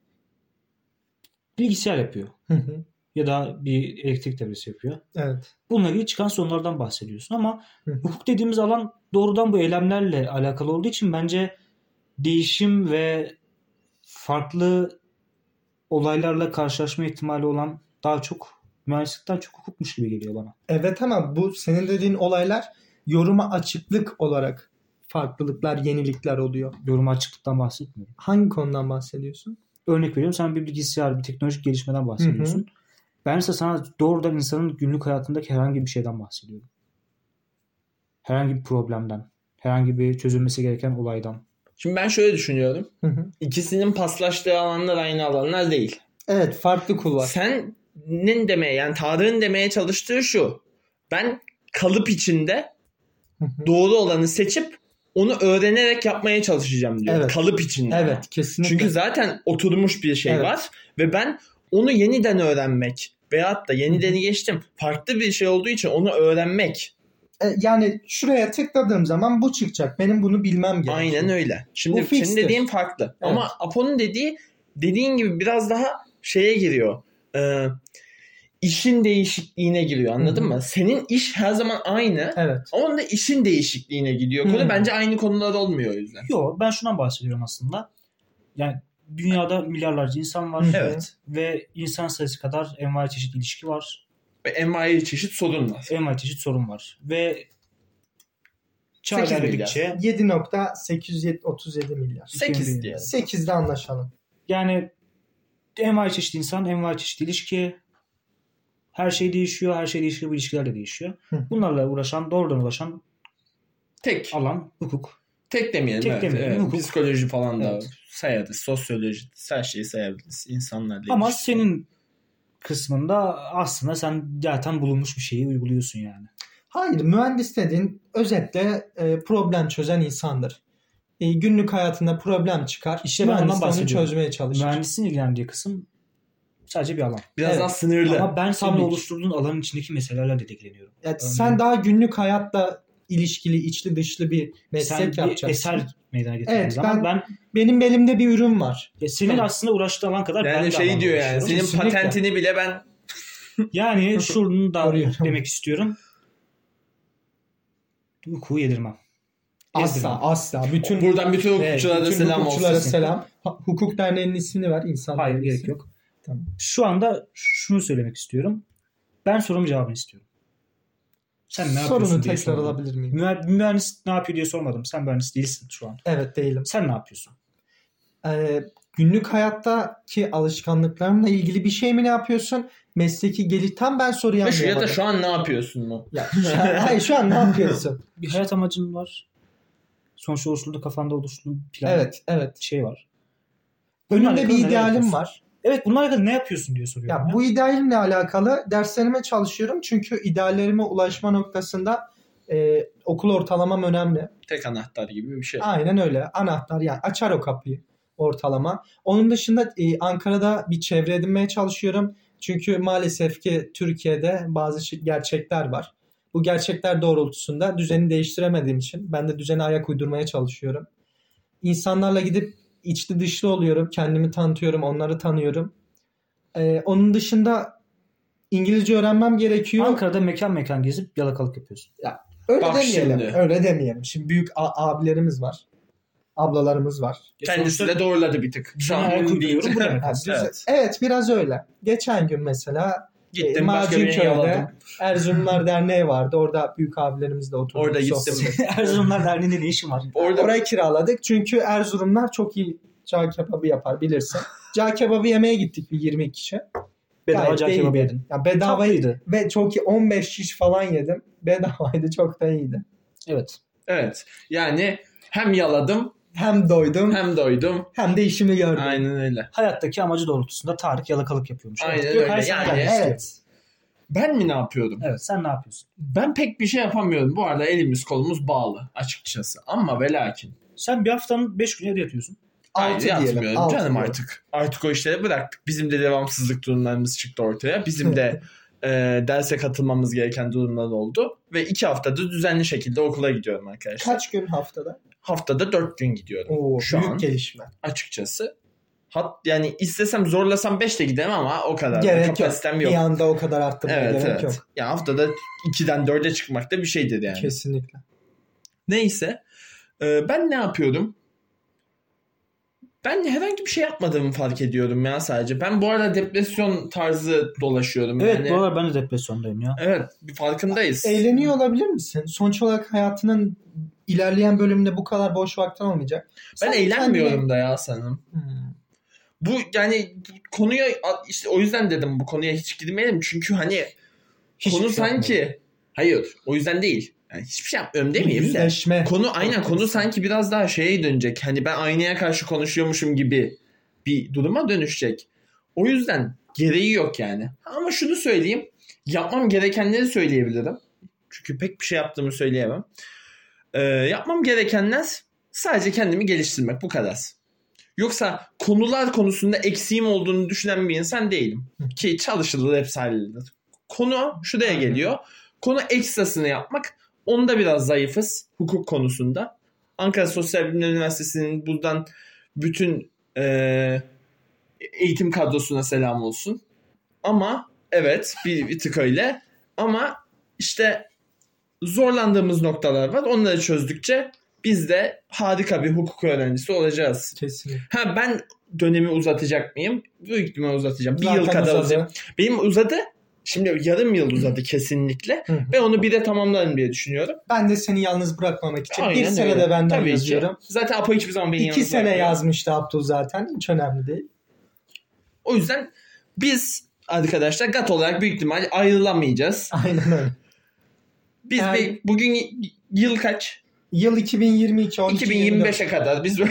A: bilgisayar yapıyor.
C: Hı hı.
A: Ya da bir elektrik devresi yapıyor.
C: Evet.
A: Bununla ilgili çıkan sonulardan bahsediyorsun ama
C: Hı hı.
A: hukuk dediğimiz alan doğrudan bu eylemlerle alakalı olduğu için bence değişim ve farklı olaylarla karşılaşma ihtimali olan daha çok mühendislikten çok hukukmuş gibi geliyor bana.
C: Evet ama bu senin dediğin olaylar yoruma açıklık olarak farklılıklar, yenilikler oluyor.
A: Yoruma açıklıktan bahsetmiyorum.
C: Hangi konudan bahsediyorsun?
A: Örnek veriyorum, sen bir bilgisayar, bir teknolojik gelişmeden bahsediyorsun. Hı hı. Ben ise sana doğrudan insanın günlük hayatındaki herhangi bir şeyden bahsediyorum. Herhangi bir problemden, herhangi bir çözülmesi gereken olaydan.
B: Şimdi ben şöyle düşünüyorum.
C: Hı hı.
B: İkisinin paslaştığı alanlar aynı alanlar değil.
C: Evet, farklı kulvar.
B: Senin demeye, yani Tarık'ın demeye çalıştığı şu. Ben kalıp içinde
C: hı hı.
B: doğru olanı seçip onu öğrenerek yapmaya çalışacağım diyor.
C: Evet.
B: Kalıp içinde.
C: Evet, kesinlikle.
B: Çünkü zaten oturmuş bir şey
C: evet.
B: var ve ben onu yeniden öğrenmek veyahut da yenideni geçtim farklı bir şey olduğu için onu öğrenmek.
C: Yani şuraya tıkladığım zaman bu çıkacak. Benim bunu bilmem gerekiyor.
B: Aynen öyle. Şimdi senin dediğin farklı. Evet. Ama Apo'nun dediği dediğin gibi biraz daha şeye giriyor. Ee, işin değişikliğine giriyor. Anladın Hı-hı. mı? Senin iş her zaman aynı.
C: Evet.
B: Ama onun da işin değişikliğine gidiyor. Konu Hı-hı. bence aynı konular olmuyor o yüzden.
A: Yok, ben şundan bahsediyorum aslında. Yani dünyada milyarlarca insan var.
B: Evet.
A: Ve insan sayısı kadar envai çeşit ilişki var.
B: Ve envai çeşit sorun var.
A: Envai çeşit sorun var. Ve çağ ilerledikçe
C: yedi nokta sekiz yüz otuz yedi milyar.
B: sekiz diye.
C: sekizde anlaşalım.
A: Yani envai çeşit insan, envai çeşit ilişki, her şey değişiyor. Her şey değişiyor. Bu ilişkiler de değişiyor.
C: Hı.
A: Bunlarla uğraşan, doğrudan uğraşan
B: tek
A: alan hukuk.
B: Tek demeyelim.
A: Tek
B: evet,
A: demeyelim.
B: Evet.
A: Hukuk.
B: Psikoloji falan da
A: evet.
B: sayarız. Sosyoloji, her şeyi sayabiliriz. İnsanlarla
A: Ama
B: ilişki.
A: senin kısmında aslında sen zaten bulunmuş bir şeyi uyguluyorsun yani.
C: Hayır, mühendis dediğin özetle e, problem çözen insandır. E, günlük hayatında problem çıkar.
A: İşte ben ondan bahsediyorum.
C: Çözmeye çalışır.
A: Mühendisin ilgilendiği kısım sadece bir alan.
B: Biraz evet. daha sınırlı.
A: Ama ben senin oluşturduğun alanın içindeki meselelerle de ilgileniyorum.
C: Yani sen daha günlük hayatla ilişkili, içli dışlı bir meslek
A: sen
C: yapacaksın.
A: Sen bir eser meydana getirdiğin
C: evet,
A: zaman ben, ben
C: benim elimde bir ürün var.
A: Ya senin evet. aslında uğraştığın alan kadar
B: yani
A: ben de
B: şey diyor yani senin kesinlikle. Patentini bile ben
A: yani şunu da demek istiyorum. Hukuku yedirmem.
C: Asla asla. Bütün
B: buradan bütün hukukçulara
C: evet,
B: da
C: bütün
B: selam
C: hukukçulara
B: olsun.
C: selam. Hukuk Derneği'nin ismini ver insan.
A: Hayır gerek yok.
C: Tamam.
A: Şu anda şunu söylemek istiyorum. Ben sorumun cevabını istiyorum. Sen ne
C: Sorunu
A: yapıyorsun
C: diye
A: tekrar
C: sormadım. Alabilir miyim?
A: Mühendis, mühendis ne yapıyor diye sormadım. Sen mühendis değilsin şu an.
C: Evet değilim.
A: Sen ne yapıyorsun?
C: Ee, günlük hayattaki alışkanlıklarımla ilgili bir şey mi ne yapıyorsun? Mesleki geliş tam ben soruyu anlayamadım.
B: Ya da şu an ne yapıyorsun mu?
C: Ya, şu an, hayır şu an ne yapıyorsun?
A: Bir hayat amacın var. Sonuçta oluşturduğu kafanda oluşturduğu plan.
C: Evet evet.
A: Şey var.
C: Önümde bir idealim var.
A: Evet bununla alakalı ne yapıyorsun diye soruyorum.
C: Ya, ya. Bu idealimle alakalı derslerime çalışıyorum. Çünkü ideallerime ulaşma noktasında e, okul ortalamam önemli.
B: Tek anahtar gibi bir şey.
C: Aynen öyle. Anahtar yani açar o kapıyı ortalama. Onun dışında e, Ankara'da bir çevre edinmeye çalışıyorum. Çünkü maalesef ki Türkiye'de bazı gerçekler var. Bu gerçekler doğrultusunda düzeni değiştiremediğim için ben de düzene ayak uydurmaya çalışıyorum. İnsanlarla gidip içli dışlı oluyorum. Kendimi tanıtıyorum. Onları tanıyorum. Ee, onun dışında İngilizce öğrenmem gerekiyor.
A: Ankara'da mekan mekan gezip yalakalık yapıyorsun.
C: Ya, öyle
B: Bak
C: demeyelim.
B: şimdi.
C: Öyle demeyelim. Şimdi büyük a- abilerimiz var. Ablalarımız var.
B: Kendisi de doğruladı bir tık.
A: Şu an uyduruyorum bu demek.
C: Evet. evet biraz öyle. Geçen gün mesela
B: Gittim başka bir
C: Maciköy'de Erzurumlar Derneği vardı. Orada büyük abilerimizle oturduk.
B: Orada gittim.
A: Erzurumlar Derneği'nde ne işin var?
C: Orada... Orayı kiraladık. Çünkü Erzurumlar çok iyi cağ kebabı yapar bilirsin. Cağ kebabı yemeye gittik bir yirmi iki kişi.
A: Bedava cağ kebabı yedin.
C: Ya bedavaydı. Ve çok iyi on beş şiş falan yedim. Bedavaydı. Çok da iyiydi.
A: Evet.
B: Evet. Yani hem yaladım
C: hem doydum.
B: Hem doydum.
C: Hem de işimi gördüm.
B: Aynen öyle.
A: Hayattaki amacı doğrultusunda Tarık yalakalık yapıyormuş.
B: Aynen
A: evet.
B: öyle.
A: Yok,
B: yani,
C: evet.
B: Ben mi ne yapıyordum?
A: Evet sen ne yapıyorsun?
B: Ben pek bir şey yapamıyorum. Bu arada elimiz kolumuz bağlı açıkçası. Ama ve lakin.
A: Sen bir haftanın beş günü evde yatıyorsun.
B: Hayır yatmıyorum altı canım diyelim. artık. Artık o işleri bıraktık. Bizim de devamsızlık durumlarımız çıktı ortaya. Bizim de e, derse katılmamız gereken durumlar oldu. Ve iki haftadır düzenli şekilde okula gidiyorum arkadaşlar.
C: Kaç gün haftada?
B: Haftada dört gün gidiyorum.
C: Oo,
B: şu
C: büyük
B: an.
C: gelişme.
B: Açıkçası. Hat, yani istesem zorlasam beş de giderim ama o kadar.
C: Gerek
B: Kapasitem
C: yok.
B: yok.
C: Bir anda o kadar arttırmaya
B: evet,
C: gerek
B: evet.
C: yok.
B: Ya haftada ikiden dörde çıkmak da bir şeydir yani.
C: Kesinlikle.
B: Neyse. Ee, ben ne yapıyordum? Ben herhangi bir şey yapmadığımı fark ediyorum ya sadece. Ben bu arada depresyon tarzı dolaşıyorum.
A: Evet
B: yani.
A: bu arada ben de depresyondayım ya.
B: Evet bir farkındayız.
C: Eğleniyor olabilir misin? Sonuç olarak hayatının ilerleyen bölümünde bu kadar boş vaktin olmayacak.
B: Ben
C: Sen
B: eğlenmiyorum
C: kendine...
B: da ya sanırım.
C: Hmm.
B: Bu yani bu konuya işte o yüzden dedim bu konuya hiç girmeyelim. Çünkü hani
A: Hiçbir
B: konu
A: şey
B: sanki
A: yapmadım.
B: hayır o yüzden değil. Yani hiçbir şey yapmıyorum demeyeyim de.
C: Yüzleşme.
B: Konu aynen konu sanki biraz daha şeye dönecek. Hani ben aynaya karşı konuşuyormuşum gibi bir duruma dönüşecek. O yüzden gereği yok yani. Ama şunu söyleyeyim. Yapmam gerekenleri söyleyebilirim. Çünkü pek bir şey yaptığımı söyleyemem. Ee, yapmam gerekenler sadece kendimi geliştirmek. Bu kadar. Yoksa konular konusunda eksiğim olduğunu düşünen bir insan değilim. Ki çalışılır hepsi halledilir. Konu şuraya geliyor. Konu ekstrasını yapmak. Onda biraz zayıfız hukuk konusunda. Ankara Sosyal Bilimler Üniversitesi'nin buradan bütün e, eğitim kadrosuna selam olsun. Ama evet bir, bir tık öyle. Ama işte zorlandığımız noktalar var. Onları çözdükçe biz de harika bir hukuk öğrencisi olacağız.
C: Kesinlikle.
B: Ha ben dönemi uzatacak mıyım? Büyük ihtimalle uzatacağım. Bir
C: Zaten
B: yıl kadar
C: uzadı.
B: uzatacağım. Benim uzadı. Şimdi yarım yıl uzadı kesinlikle.
C: Hı hı.
B: Ve onu bir de tamamlarım diye düşünüyorum.
C: Ben de seni yalnız bırakmamak için
B: Aynen
C: bir sene
B: öyle.
C: de benden
B: Tabii
C: yazıyorum.
B: ki. Zaten Apo hiçbir zaman beni
C: İki
B: yalnız
C: sene
B: bırakmıyor.
C: yazmıştı Abdul zaten. Hiç önemli değil.
B: O yüzden biz arkadaşlar G A T olarak büyük ihtimal ayrılamayacağız.
C: Aynen öyle.
B: Biz
C: Yani-
B: be- bugün y- yıl kaç?
C: Yıl iki bin yirmi iki on iki
B: iki bin yirmi beşe kadar biz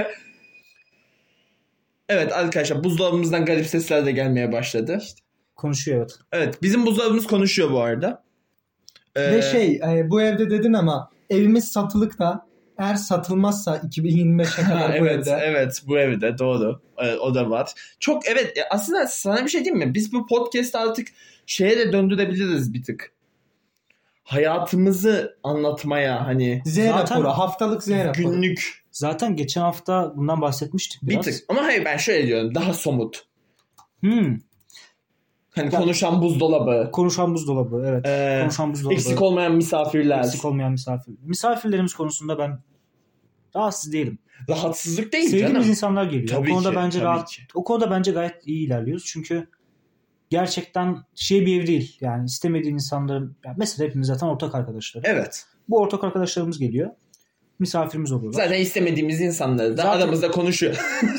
B: evet arkadaşlar buzdolabımızdan garip sesler de gelmeye başladı.
A: Konuşuyor evet.
B: Evet bizim buzdolabımız konuşuyor bu arada. Ee,
C: Ve şey e, bu evde dedin ama evimiz satılık da eğer satılmazsa iki bin yirmi beşe kadar
B: ha,
C: bu
B: evet,
C: evde.
B: evet bu evde doğru. Evet, o da var. Çok evet e, aslında sana bir şey diyeyim mi? Biz bu podcast'ı artık şeye de döndürebiliriz bir tık. Hayatımızı anlatmaya hani
C: Z
A: Zaten
C: raporu, haftalık Z raporu.
B: günlük
A: Zaten geçen hafta bundan bahsetmiştik
B: bir
A: biraz.
B: tık. Ama hayır ben şöyle diyorum daha somut.
A: Hmm.
B: Hani
A: Ya-
B: konuşan buzdolabı,
A: Konuşan buzdolabı evet.
B: Ee,
A: Konuşan buzdolabı.
B: eksik olmayan misafirler,
A: Eksik olmayan misafir. Misafirlerimiz konusunda ben rahatsız değilim.
B: rahatsızlık değil
A: Sevdiğimiz
B: canım.
A: insanlar geliyor.
B: Tabii
A: o konuda
B: ki,
A: bence
B: tabii
A: rahat.
B: ki.
A: O konuda bence gayet iyi ilerliyoruz. Çünkü gerçekten şey bir ev değil. Yani istemediğin insanların yani mesela hepimiz zaten ortak arkadaşlar.
B: Evet.
A: Bu ortak arkadaşlarımız geliyor. Misafirimiz oluyorlar.
B: Zaten istemediğimiz insanları da
A: Zaten-
B: aramızda konuşuyor.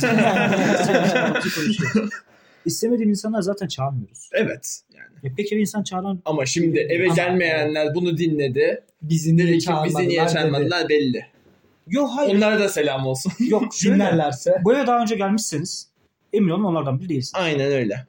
A: İstemediğim insanlar zaten çağırmıyoruz.
B: Evet. Yani.
A: E peki bir insan çağıran
B: Ama şimdi eve
C: Ama-
B: gelmeyenler bunu dinledi.
C: Bizi
B: Dedi
C: niye
B: ki bizi niye
C: çağırmadılar dedi.
B: çağırmadılar belli.
A: yok hayır.
B: Onlara da selam olsun.
A: Yok şöyle.
C: Dinlerlerse.
A: Bu eve daha önce gelmişseniz emin olun onlardan biri değilsiniz.
B: Aynen öyle.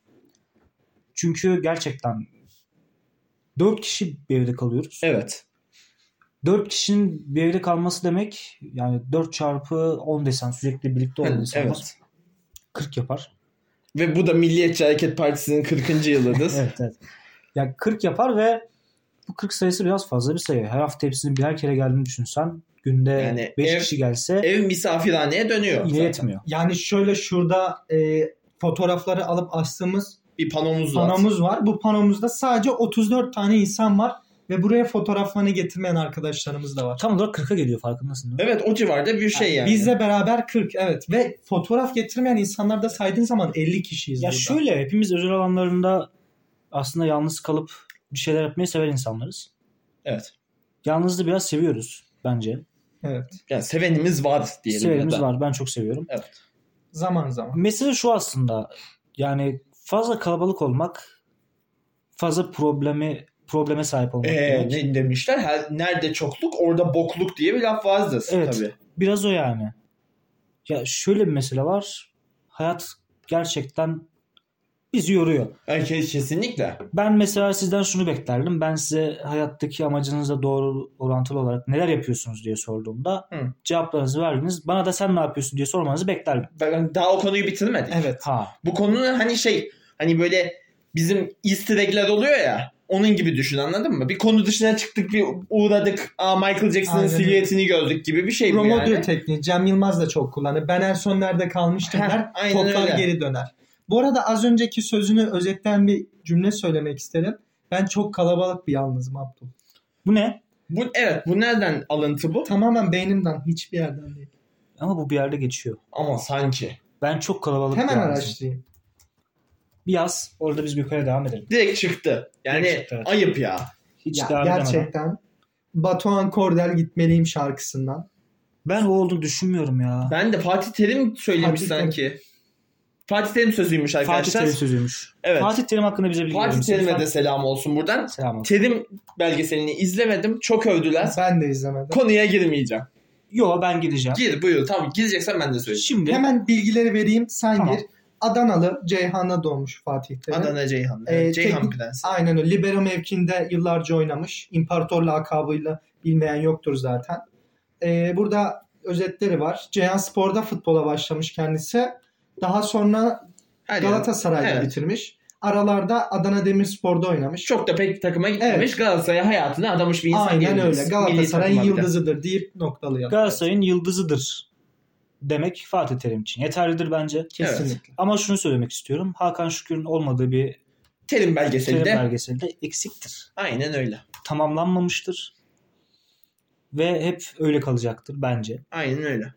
A: Çünkü gerçekten dört kişi bir evde kalıyoruz.
B: Evet.
A: dört kişinin bir evde kalması demek yani dört çarpı on desen sürekli birlikte olan insanlar
B: Evet.
A: kırk yapar.
B: Ve bu da Milliyetçi Hareket Partisi'nin kırkıncı yılıdır.
A: Evet evet. Yani kırk yapar ve bu kırk sayısı biraz fazla bir sayı. Her hafta hepsinin birer kere geldiğini düşünsen günde
B: Yani
A: beş
B: ev-
A: kişi gelse
B: Ev misafirhaneye dönüyor.
A: yine
B: zaten.
A: yetmiyor.
C: Yani şöyle şurada e, fotoğrafları alıp astığımız
B: Bir panomuz var.
C: panomuz var. Bu panomuzda sadece otuz dört tane insan var ve buraya fotoğraflarını getirmeyen arkadaşlarımız da var.
A: Tam olarak kırka geliyor farkındasın değil mi?
B: Evet o civarda bir şey yani.
C: Bizle beraber kırk evet ve fotoğraf getirmeyen insanlar da saydığın zaman elli kişiyiz
A: Ya
C: burada.
A: şöyle hepimiz özel alanlarında aslında yalnız kalıp bir şeyler yapmayı seven insanlarız.
B: Evet.
A: Yalnızlığı biraz seviyoruz bence.
C: Evet.
B: Yani sevenimiz var diyelim.
A: Severimiz
B: ya da.
A: var. Ben çok seviyorum.
C: Zaman zaman.
A: Mesele şu aslında. Yani fazla kalabalık olmak fazla problemi probleme sahip olmak
B: Ee,
A: demek.
B: ne demişler? Her, nerede çokluk orada bokluk diye bir laf vardır.
A: Evet.
B: Tabii.
A: Biraz o yani. Ya şöyle bir mesele var. Hayat gerçekten bizi yoruyor.
B: Yani kesinlikle.
A: Ben mesela sizden şunu beklerdim. Ben size hayattaki amacınızla doğru orantılı olarak neler yapıyorsunuz diye sorduğumda
B: Hı.
A: cevaplarınızı verdiniz. Bana da sen ne yapıyorsun diye sormanızı beklerdim.
B: Ben daha o konuyu bitirmedik.
C: Evet.
A: Ha.
B: Bu konunun hani şey hani böyle bizim easter egg'ler oluyor ya onun gibi düşün anladın mı? Bir konu dışına çıktık bir uğradık. Aa Michael Jackson'ın
C: Aynen.
B: silüetini gördük gibi bir şey bu
C: Promodül
B: yani.
C: tekniği. Cem Yılmaz da çok kullanır. Ben en son nerede kalmıştım
B: Heh,
C: der.
B: aynen
C: Toplar
B: öyle.
C: geri döner. Bu arada az önceki sözünü özetleyen bir cümle söylemek isterim. Ben çok kalabalık bir yalnızım Abdul.
A: Bu ne?
B: Bu evet bu nereden alıntı bu?
C: Tamamen beynimden hiçbir yerden değil.
A: Ama bu bir yerde geçiyor.
B: Ama sanki.
A: Ben çok kalabalık
C: Hemen
A: bir yalnızım.
C: araştırayım.
A: Bir yaz. Orada biz yukarı devam edelim.
B: Direkt çıktı. Yani
A: Direkt çıktı, evet.
B: ayıp ya.
A: Hiç
C: Ya,
A: devam edemeden.
C: gerçekten Batuhan Kordel Gitmeliyim şarkısından.
A: Ben o olduğunu düşünmüyorum ya.
B: Ben de Fatih Terim söylemiş
C: Fatih
B: sanki. Fatih Terim sözüymüş
A: Fatih
B: arkadaşlar.
A: Terim sözüymüş.
B: Evet.
A: Fatih Terim hakkında bize bilgi verir
B: Fatih
A: misin?
B: Terim'e
A: Lütfen.
B: de selam olsun buradan.
A: Selam olsun.
B: Terim belgeselini izlemedim. Çok övdüler.
C: Ben de izlemedim.
B: Konuya girmeyeceğim.
A: Yo ben gideceğim.
B: Gir buyur. Tamam gireceksen ben de söyleyeyim.
A: Şimdi
C: Hemen bilgileri vereyim. Sen
A: Tamam.
C: gir. Adanalı, Ceyhan'da doğmuş Fatih Terim.
B: Adana Ceyhan.
C: Ee,
B: Ceyhan
C: teknik-
B: Prens.
C: Aynen öyle. Libero mevkinde yıllarca oynamış. İmparator lakabıyla bilmeyen yoktur zaten. Ee, burada özetleri var. Ceyhan Spor'da futbola başlamış kendisi. Daha sonra
B: Her yer.
C: Galatasaray'da
B: Evet.
C: bitirmiş. Aralarda Adana Demirspor'da oynamış.
B: Çok da pek takıma gitmemiş.
C: Evet.
B: Galatasaray hayatını adamış bir insan
C: Aynen
B: diyebiliriz.
C: öyle.
B: Milli
C: Galatasaray'ın
B: takıma bir de.
C: yıldızıdır deyip noktalayalım.
A: Galatasaray'ın yıldızıdır demek Fatih Terim için yeterlidir bence.
C: Kesinlikle.
A: Ama şunu söylemek istiyorum. Hakan Şükür'ün olmadığı bir
B: Terim belgeseli
A: Terim
B: de.
A: belgeseli de eksiktir.
B: Aynen öyle.
A: Tamamlanmamıştır. Ve hep öyle kalacaktır bence.
B: Aynen öyle.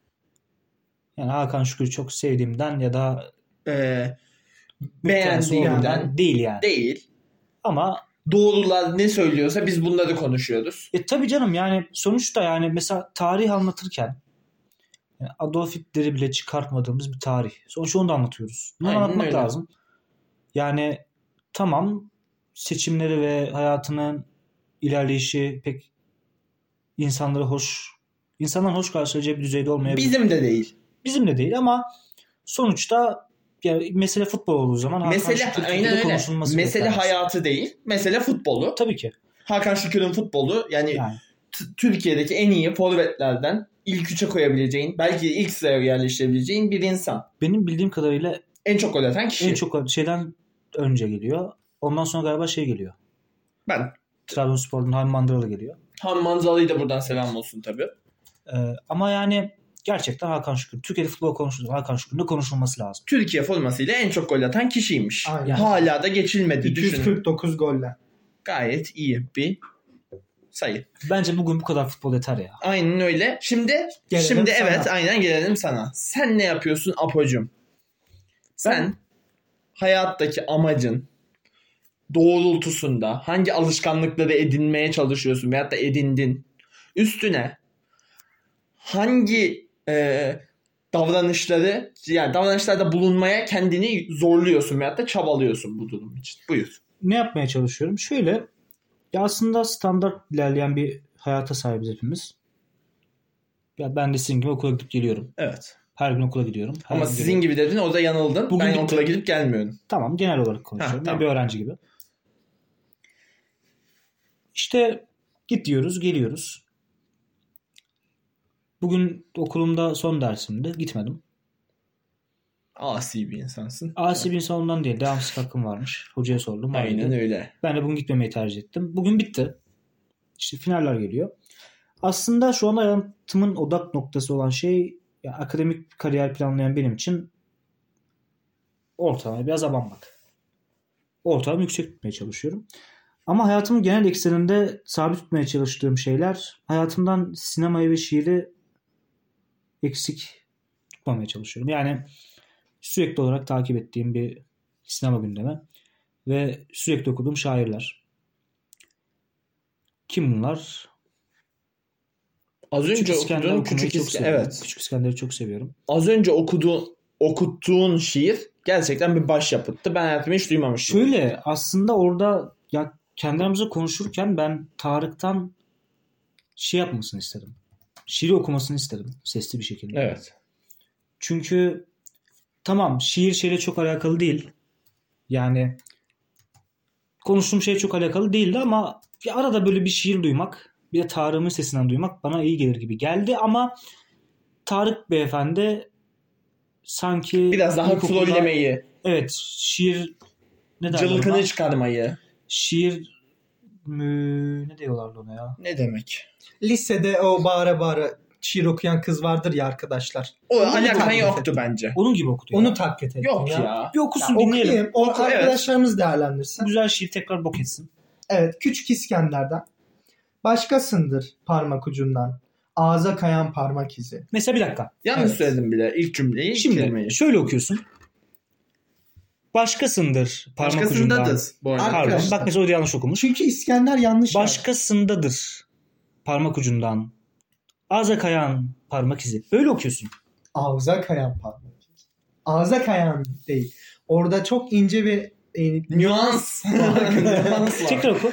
A: Yani Hakan Şükür'ü çok sevdiğimden ya da
B: Ee,
A: müptelası
B: beğendiğimden
A: olduğumdan değil yani.
B: değil.
A: Ama
B: Doğrular ne söylüyorsa biz bunları konuşuyoruz.
A: e, tabii canım yani sonuçta yani mesela tarih anlatırken yani Adolf Hitler'i bile çıkartmadığımız bir tarih. Sonuçta onu da anlatıyoruz. Bunu
B: Aynen
A: anlatmak
B: öyle.
A: lazım. Yani tamam seçimleri ve hayatının ilerleyişi pek insanlara hoş insanların hoş karşılayacağı bir düzeyde olmayabilir.
B: Bizim de değil.
A: Bizim de değil ama sonuçta yani mesele futbol olduğu zaman Hakan
B: Mesele
A: Şükür
B: aynen
A: Türkiye'de
B: öyle.
A: konuşulması
B: Mesele
A: beklenmez.
B: hayatı değil. Mesele futbolu.
A: Tabii ki.
B: Hakan Şükür'ün futbolu yani,
A: Yani
B: t- Türkiye'deki en iyi forvetlerden ilk üçe koyabileceğin, belki ilk sıraya yerleştirebileceğin bir insan.
A: benim bildiğim kadarıyla
B: En çok gol atan kişi.
A: en çok şeyden önce geliyor. Ondan sonra galiba şey geliyor.
B: Ben.
A: Trabzonspor'un Hami Mandıralı geliyor.
B: Han Manzalı'yı da buradan selam olsun tabii.
A: Ee, ama yani gerçekten Hakan Şükür. Türkiye'de futbol konuşulur. Hakan Şükür'ün de konuşulması lazım.
B: Türkiye formasıyla en çok gol atan kişiymiş.
C: Aynen.
B: Hala da geçilmedi.
C: iki yüz
B: Düşünün.
C: kırk dokuz golle.
B: Gayet iyi bir sayı.
A: Bence bugün bu kadar futbol yeter ya.
B: Aynen öyle. Şimdi
C: Gelelim
B: şimdi
C: sana.
B: evet aynen gelelim sana. Sen ne yapıyorsun Apo'cum? Sen
A: Ben-
B: hayattaki amacın doğrultusunda hangi alışkanlıkları edinmeye çalışıyorsun veyahut da edindin? Üstüne hangi e, davranışları yani davranışlarda bulunmaya kendini zorluyorsun veyahut da çabalıyorsun bu durum için? Buyur.
A: Ne yapmaya çalışıyorum? Şöyle ya aslında standart ilerleyen bir hayata sahibiz hepimiz. Ya ben de sizin gibi okula gidip geliyorum.
B: Evet.
A: Her gün okula gidiyorum. Her
B: Ama
A: gün
B: sizin
A: geliyorum.
B: gibi dedin o da yanıldın.
A: Bugün
B: ben
A: bitti.
B: okula gidip gelmiyorum.
A: Tamam genel olarak konuşuyorum.
B: Ha, tamam.
A: Ben bir öğrenci gibi. İşte gidiyoruz, geliyoruz. Bugün okulumda son dersimdi. Gitmedim.
B: Asi bir insansın.
A: Asi bir insan ondan değil. Devamsızlık hakkım varmış. Hocaya sordum. var
B: Aynen
A: dedi.
B: öyle.
A: Ben de bugün gitmemeyi tercih ettim. Bugün bitti. İşte finaller geliyor. Aslında şu anda hayatımın odak noktası olan şey ya akademik kariyer planlayan benim için ortalama biraz abanmak. Ortalama yüksek tutmaya çalışıyorum. Ama hayatımın genel ekseninde sabit tutmaya çalıştığım şeyler hayatımdan sinemayı ve şiiri eksik tutmamaya çalışıyorum. Yani sürekli olarak takip ettiğim bir sinema gündemi ve sürekli okuduğum şairler. Kim bunlar?
B: Az önce
A: Küçük İskender
B: okuduğun
A: okumayı
B: Küçük
A: çok
B: İskender.
A: seviyorum.
B: Evet.
A: Küçük İskender'i çok seviyorum.
B: Az önce okuduğun okuttuğun şiir gerçekten bir başyapıttı. Ben hayatımda hiç duymamıştım.
A: Şöyle aslında orada ya kendi aramızda konuşurken ben Tarık'tan şey yapmasını istedim. Şiiri okumasını istedim sesli bir şekilde.
B: Evet.
A: Çünkü tamam şiir şeyle çok alakalı değil. Yani konuştuğum şey çok alakalı değildi ama bir arada böyle bir şiir duymak, bir de Tarık'ın sesinden duymak bana iyi gelir gibi geldi ama Tarık beyefendi sanki
B: Biraz daha
A: ilkokulda-
B: trollemeyi,
A: Evet, şiir ne derler ona?
B: cılkını çıkarmayı.
A: Şiir mü ne diyorlardı ona ya?
B: Ne demek?
C: Lisede o bağıra bağıra şiir okuyan kız vardır ya arkadaşlar.
B: O
C: Onu
B: alakan
C: taklit
B: yoktu
C: ettim.
B: bence.
A: Onun gibi okudu ya.
C: Onu taklit ettim
B: Yok ya.
C: ya.
A: Bir okusun
C: Ya
A: dinleyelim.
C: okuyayım. O
B: Oku, evet.
C: arkadaşlarımız değerlendirsin.
A: Güzel şiir tekrar bok etsin.
C: Evet. Küçük İskender'den. Başkasındır parmak ucundan. Ağza kayan parmak izi.
A: Mesela bir dakika.
B: Yanlış
C: Evet.
B: söyledim bile ilk cümleyi.
A: Şimdi
B: kelimeyi.
A: şöyle okuyorsun. Başkasındır parmak
B: Başkasındadır
A: ucundan.
B: bu arada.
A: Pardon.
C: Arkadaşlar.
A: Bak mesela orada yanlış okumuş.
C: Çünkü İskender yanlış yazdı.
A: Başkasındadır parmak ucundan. Ağza kayan parmak izi. Böyle okuyorsun.
C: Ağza kayan parmak izi. Ağza kayan değil. Orada çok ince bir e,
B: Nüans. Nüans var.
A: Tekrar oku.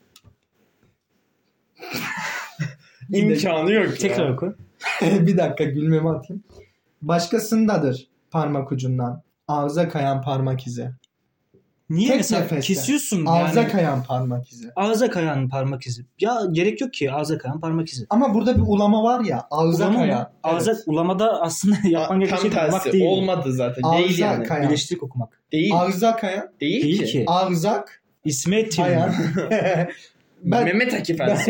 B: İmkanı yok ya.
A: Tekrar oku.
C: bir dakika gülmemi atayım. Başkasındadır parmak ucundan. Ağza kayan parmak izi.
A: Niye
C: Tek
A: mesela
C: nefeste.
A: kesiyorsun
C: Ağza
A: yani.
C: kayan parmak izi.
A: Ağza kayan parmak izi. Ya gerek yok ki ağza kayan parmak izi.
C: Ama burada bir ulama var ya. Ağza
A: Ulama
C: kayan.
A: mı? Ağza,
C: Evet.
A: ulamada aslında yapman gereken
B: Tam
A: şey okumak
B: tersi.
A: değil.
B: Olmadı zaten.
C: Ağza
B: değil yani.
C: kayan.
A: Birleştirip okumak.
B: Değil.
C: Ağza kayan.
B: Değil,
A: Değil
B: ki.
A: ki.
C: Ağzak
A: İsmet
C: kayan. ben,
B: Mehmet Akif Ersoy.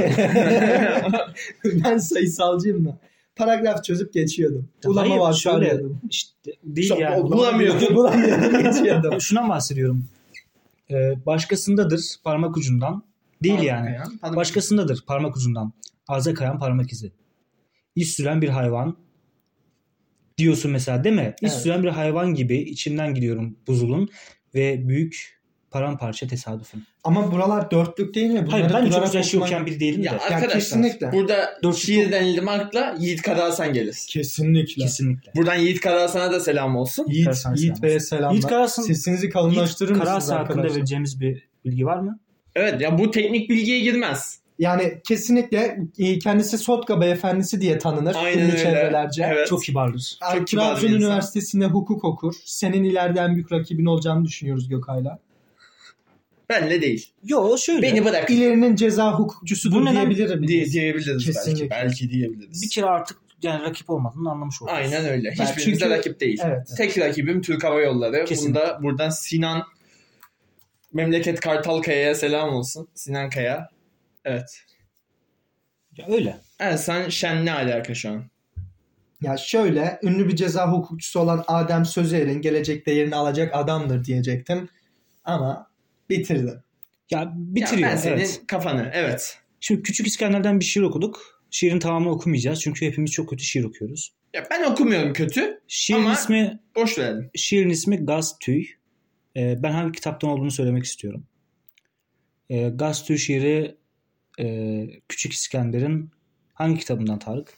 C: ben sayısalcıyım da. Paragraf çözüp geçiyordum. Ulama
A: Hayır,
C: var
A: şöyle.
C: sanıyordum.
A: İşte değil
B: Çok
A: yani.
B: bulamıyordum.
C: Bulamıyordum geçiyordum.
A: Şuna bahsediyorum. Ee, başkasındadır parmak ucundan. Değil yani. Başkasındadır parmak ucundan. Ağza kayan parmak izi. İz süren bir hayvan diyorsun mesela değil mi? İz
C: Evet.
A: süren bir hayvan gibi içinden gidiyorum buzulun ve büyük paramparça tesadüfün.
C: Ama buralar dörtlük değil mi?
A: Hayır
C: Bunları
A: ben de çok
C: durarak
A: güzel şey
C: okumak-
A: okuyan biri değilim de.
B: Ya
C: Ya
B: arkadaşlar
C: kesinlikle.
B: burada
A: Dört
B: şiir
A: çok-
B: denildi markla Yiğit Karahasan gelir.
C: Kesinlikle.
A: Kesinlikle.
B: Buradan Yiğit Karahasan'a da selam olsun.
C: Yiğit,
A: Karahasan
C: Yiğit
A: selam
C: Bey'e selamlar.
A: Yiğit Karahasan-
C: Sesinizi kalınlaştırır
A: Yiğit
C: mısınız
A: Karahasan hakkında
C: arkadaşlar?
A: vereceğimiz bir bilgi var mı?
B: Evet ya bu teknik bilgiye girmez.
C: Yani kesinlikle e, kendisi Sotka beyefendisi diye tanınır.
B: Aynen
C: ünlü
B: öyle.
C: çevrelerce.
B: Evet.
A: Çok kibardır.
C: Yani
B: Çok kibar bir
C: Trabzon
B: insan.
C: Üniversitesi'nde hukuk okur. Senin ileride en büyük rakibin olacağını düşünüyoruz Gökay'la.
B: Benle değil.
A: Yo şöyle.
B: Beni bırak.
C: İlerinin ceza hukukçusudur
A: Bu neden-
C: diyebilirim.
B: diye, diyebiliriz
C: Kesinlikle.
B: belki. Belki diyebiliriz.
A: bir kere artık yani rakip olmadığını anlamış oluruz.
B: Aynen öyle.
C: Ben
B: Hiçbirimize
C: çünkü-
B: rakip değil.
C: Evet.
B: Tek rakibim Türk Hava Yolları.
A: Kesinlikle.
B: Bunda buradan Sinan memleket Kartalkaya'ya selam olsun. Sinan Kaya. Evet.
A: Ya öyle.
B: Ersan Şen ne alaka şu an?
C: Ya şöyle ünlü bir ceza hukukçusu olan Adem Sözer'in gelecekte yerini alacak adamdır diyecektim. Ama bitirdim.
A: Ya bitiriyor.
B: Ya ben senin
A: evet.
B: kafanı. Evet.
A: Şimdi Küçük İskender'den bir şiir okuduk. Şiirin tamamını okumayacağız. Çünkü hepimiz çok kötü şiir okuyoruz.
B: Ya ben okumuyorum kötü.
A: Şiirin
B: Ama-
A: ismi
B: Boş verelim.
A: şiirin ismi Gaz Tüy. Ee, ben hangi kitaptan olduğunu söylemek istiyorum. Ee, Gaz Tüy şiiri e, Küçük İskender'in hangi kitabından Tarık?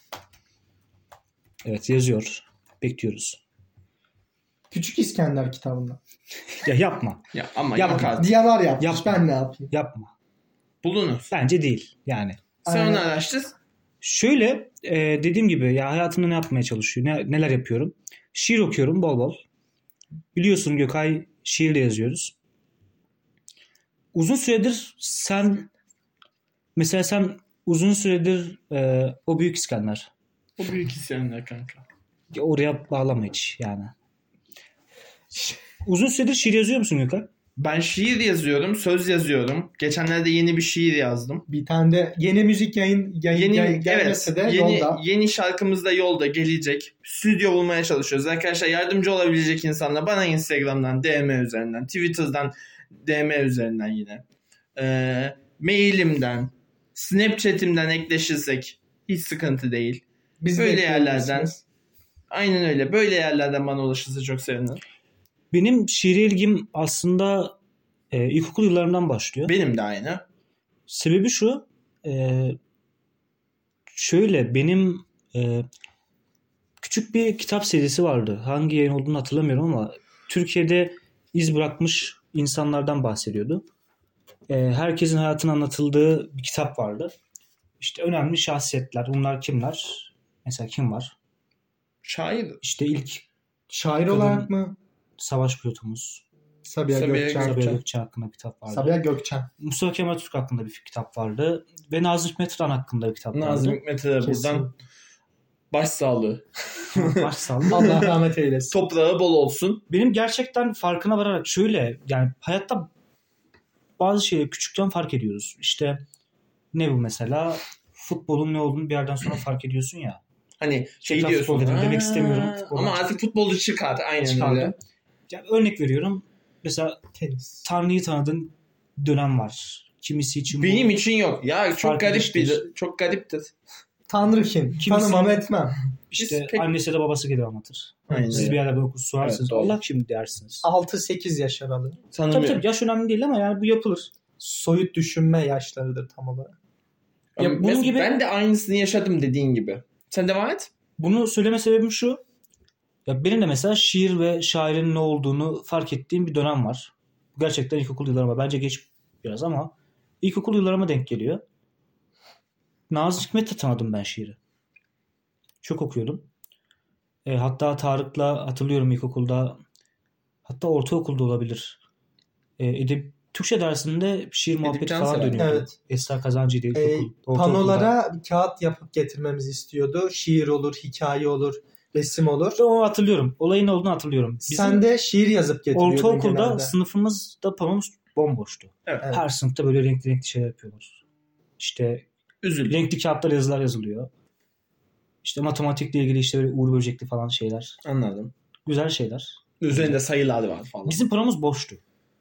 A: Evet yazıyor. Bekliyoruz.
C: Küçük İskender kitabında.
A: Ya yapma.
B: Ya ama
A: Yapma.
B: yok artık.
C: Diyalar yapmış.
A: Yapma.
C: Ben ne yapayım?
A: Yapma.
B: Bulunur.
A: Bence değil yani.
B: Sen
C: Aynen.
B: onu araştır.
A: Şöyle e, dediğim gibi ya hayatımda ne yapmaya çalışıyor? Ne, neler yapıyorum? Şiir okuyorum bol bol. Biliyorsun Gökay şiirle yazıyoruz. Uzun süredir sen mesela sen uzun süredir e, o Büyük İskender.
B: O büyük isyanlar kanka.
A: Ya oraya bağlama hiç yani. Uzun süredir şiir yazıyor musun Gökay?
B: Ben şiir yazıyorum, söz yazıyorum. Geçenlerde yeni bir şiir yazdım.
C: Bir tane de yeni müzik yayın, yayın
B: Yeni
C: yayın gelmese
B: evet,
C: de
B: yeni
C: yolda.
B: yeni şarkımız da yolda gelecek. Stüdyo bulmaya çalışıyoruz. Arkadaşlar yardımcı olabilecek insanlar bana Instagram'dan, D M üzerinden, Twitter'dan, D M üzerinden yine. Ee, mailimden, Snapchat'imden ekleşirsek hiç sıkıntı değil.
C: Biz
B: Böyle
C: bekliyoruz
B: yerlerden.
C: biz.
B: Aynen öyle. Böyle yerlerden bana ulaşırsa çok sevinirim.
A: Benim şiire ilgim aslında e, ilkokul yıllarından başlıyor.
B: Benim de aynı.
A: Sebebi şu. E, şöyle benim e, küçük bir kitap serisi vardı. Hangi yayın olduğunu hatırlamıyorum ama Türkiye'de iz bırakmış insanlardan bahsediyordu. E, herkesin hayatının anlatıldığı bir kitap vardı. İşte önemli şahsiyetler. Bunlar kimler? Mesela kim var?
B: Şair.
A: İşte ilk
C: Şair
A: Kadın-
C: olarak mı?
A: savaş pilotumuz.
C: Sabiha,
B: Sabiha
C: Gökçen.
B: Gökçen.
A: Sabiha Gökçen hakkında bir kitap vardı.
C: Sabiha Gökçen.
A: Mustafa Kemal Atatürk hakkında bir kitap vardı. Ve Nazım Hikmet Tıran hakkında bir kitap
B: Nazım
A: vardı.
B: Hikmet'e de
C: Kesin.
B: buradan başsağlığı.
A: Başsağlığı.
C: Allah rahmet eylesin.
B: Toprağı bol olsun.
A: Benim gerçekten farkına vararak şöyle yani hayatta bazı şeyleri küçükten fark ediyoruz. İşte ne bu mesela? Futbolun ne olduğunu bir yerden sonra fark ediyorsun ya.
B: Hani şey
A: Tekrar
B: diyorsun.
A: futbol dedim,
B: "Aa,
A: demek istemiyorum. Futboldan
B: Ama
A: çıktı."
B: artık futbolcu çıkar. Aynen
A: Çıkardı.
B: öyle.
A: Yani örnek veriyorum. Mesela
C: Tenis.
A: Tanrı'yı tanıdığın dönem var. Kimisi için bu
B: Benim için yok. Ya çok
A: Fark
B: gariptir.
A: ediştir.
B: Çok gariptir.
C: Tanrıkin.
A: Kimisi-
C: Tanımam etmem.
A: İşte
B: Biz pek-
A: annesi de babası gelir anlatır.
B: Aynen
A: Siz
B: öyle.
A: bir yerlerden okur sorarsınız.
B: Evet, doğru.
A: Allah kim dersiniz.
C: altı sekiz yaş aralığı.
A: Tabii
B: Tanımıyorum.
A: tabii yaş önemli değil ama yani bu yapılır.
C: Soyut düşünme yaşlarıdır tam olarak.
B: Ya
A: Ya bunun
B: mes-
A: gibi-
B: Ben de aynısını yaşadım dediğin gibi. Sen devam et.
A: Bunu söyleme sebebim şu. Ya benim de mesela şiir ve şairin ne olduğunu fark ettiğim bir dönem var. Gerçekten ilkokul yıllarıma. Bence geç biraz ama ilkokul yıllarıma denk geliyor. Nazım Hikmet'le tanıdım ben şiiri. Çok okuyordum. E, hatta Tarık'la hatırlıyorum ilkokulda, hatta ortaokulda olabilir. E, edeb Türkçe dersinde şiir muhabbeti
B: Edip
A: falan
B: Cansever.
A: dönüyordu.
C: Evet.
A: Esra Kazancı'ydı
C: Ee,
A: ilkokul. ortaokulda.
C: panolara bir kağıt yapıp getirmemizi istiyordu. Şiir olur, hikaye olur, resim olur.
A: Ben onu hatırlıyorum. Olayın ne olduğunu hatırlıyorum. Bizim
C: Sen de şiir yazıp getiriyordun
A: ortaokulda
C: genelde.
A: sınıfımızda panomuz bomboştu.
B: Evet.
C: Evet.
A: Her sınıfta böyle renkli renkli şeyler yapıyorlar. İşte
B: Üzüldüm.
A: renkli kağıtlar yazılar yazılıyor. İşte matematikle ilgili işte böyle uğur böcekli falan şeyler.
B: Anladım.
A: Güzel şeyler.
B: Üzerinde sayılar var falan.
A: Bizim panomuz boştu.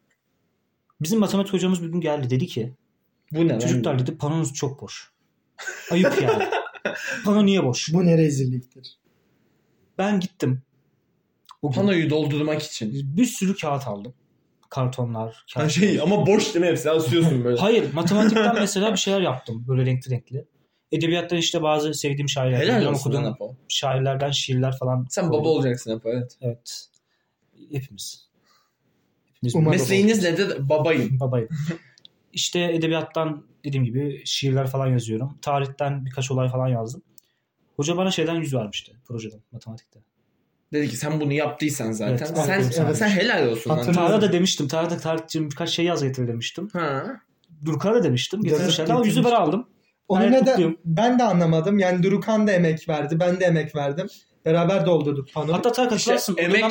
A: Bizim matematik hocamız bir gün geldi, dedi ki
B: Bu ne lan?
A: çocuklar dedi panonuz çok boş. Ayıp yani. Pano niye boş?
C: Bu ne rezilliktir.
A: Ben gittim. O gün
B: Panoyu doldurmak için.
A: bir sürü kağıt aldım. Kartonlar,
B: Ha
A: kağıt.
B: şey ama boş değil mi hepsi? Asıyorsun böyle.
A: Hayır, matematikten mesela bir şeyler yaptım. Böyle renkli renkli. Edebiyattan işte bazı sevdiğim şairler,
B: Helal
A: ben
B: olsun lan
A: okuduğum
B: Apo.
A: şairlerden şiirler falan.
B: Sen
A: koydum.
B: baba olacaksın Apo, evet.
A: Evet. Hepimiz. Hepimiz
C: Umarım.
B: Mesleğiniz nedir? Babayım.
A: babayım. İşte edebiyattan dediğim gibi şiirler falan yazıyorum. Tarihten birkaç olay falan yazdım. Hoca bana şeyden yüz vermişti projeden, matematikte.
B: Dedi ki sen bunu yaptıysan zaten.
A: Evet,
B: sen,
A: aferin sana.
B: sen helal olsun lan.
C: Hatırlıyorum.
A: Tarık'a da demiştim. Tarık'a Tarık'cığım birkaç şey yaz getir demiştim.
B: Ha.
A: Durkan'a da demiştim.
C: Yazıp
A: Getirmişlerdi ama yüzü ben
C: getirmiş.
A: aldım.
C: Onu
A: Gayet
C: ne de
A: mutluyum.
C: ben de anlamadım. Yani Durukan da emek verdi. Ben de emek verdim. Beraber doldurduk panoyu.
A: Hatta Tarık
B: İşte
A: hatırlarsın. o
B: emek.
A: dönem,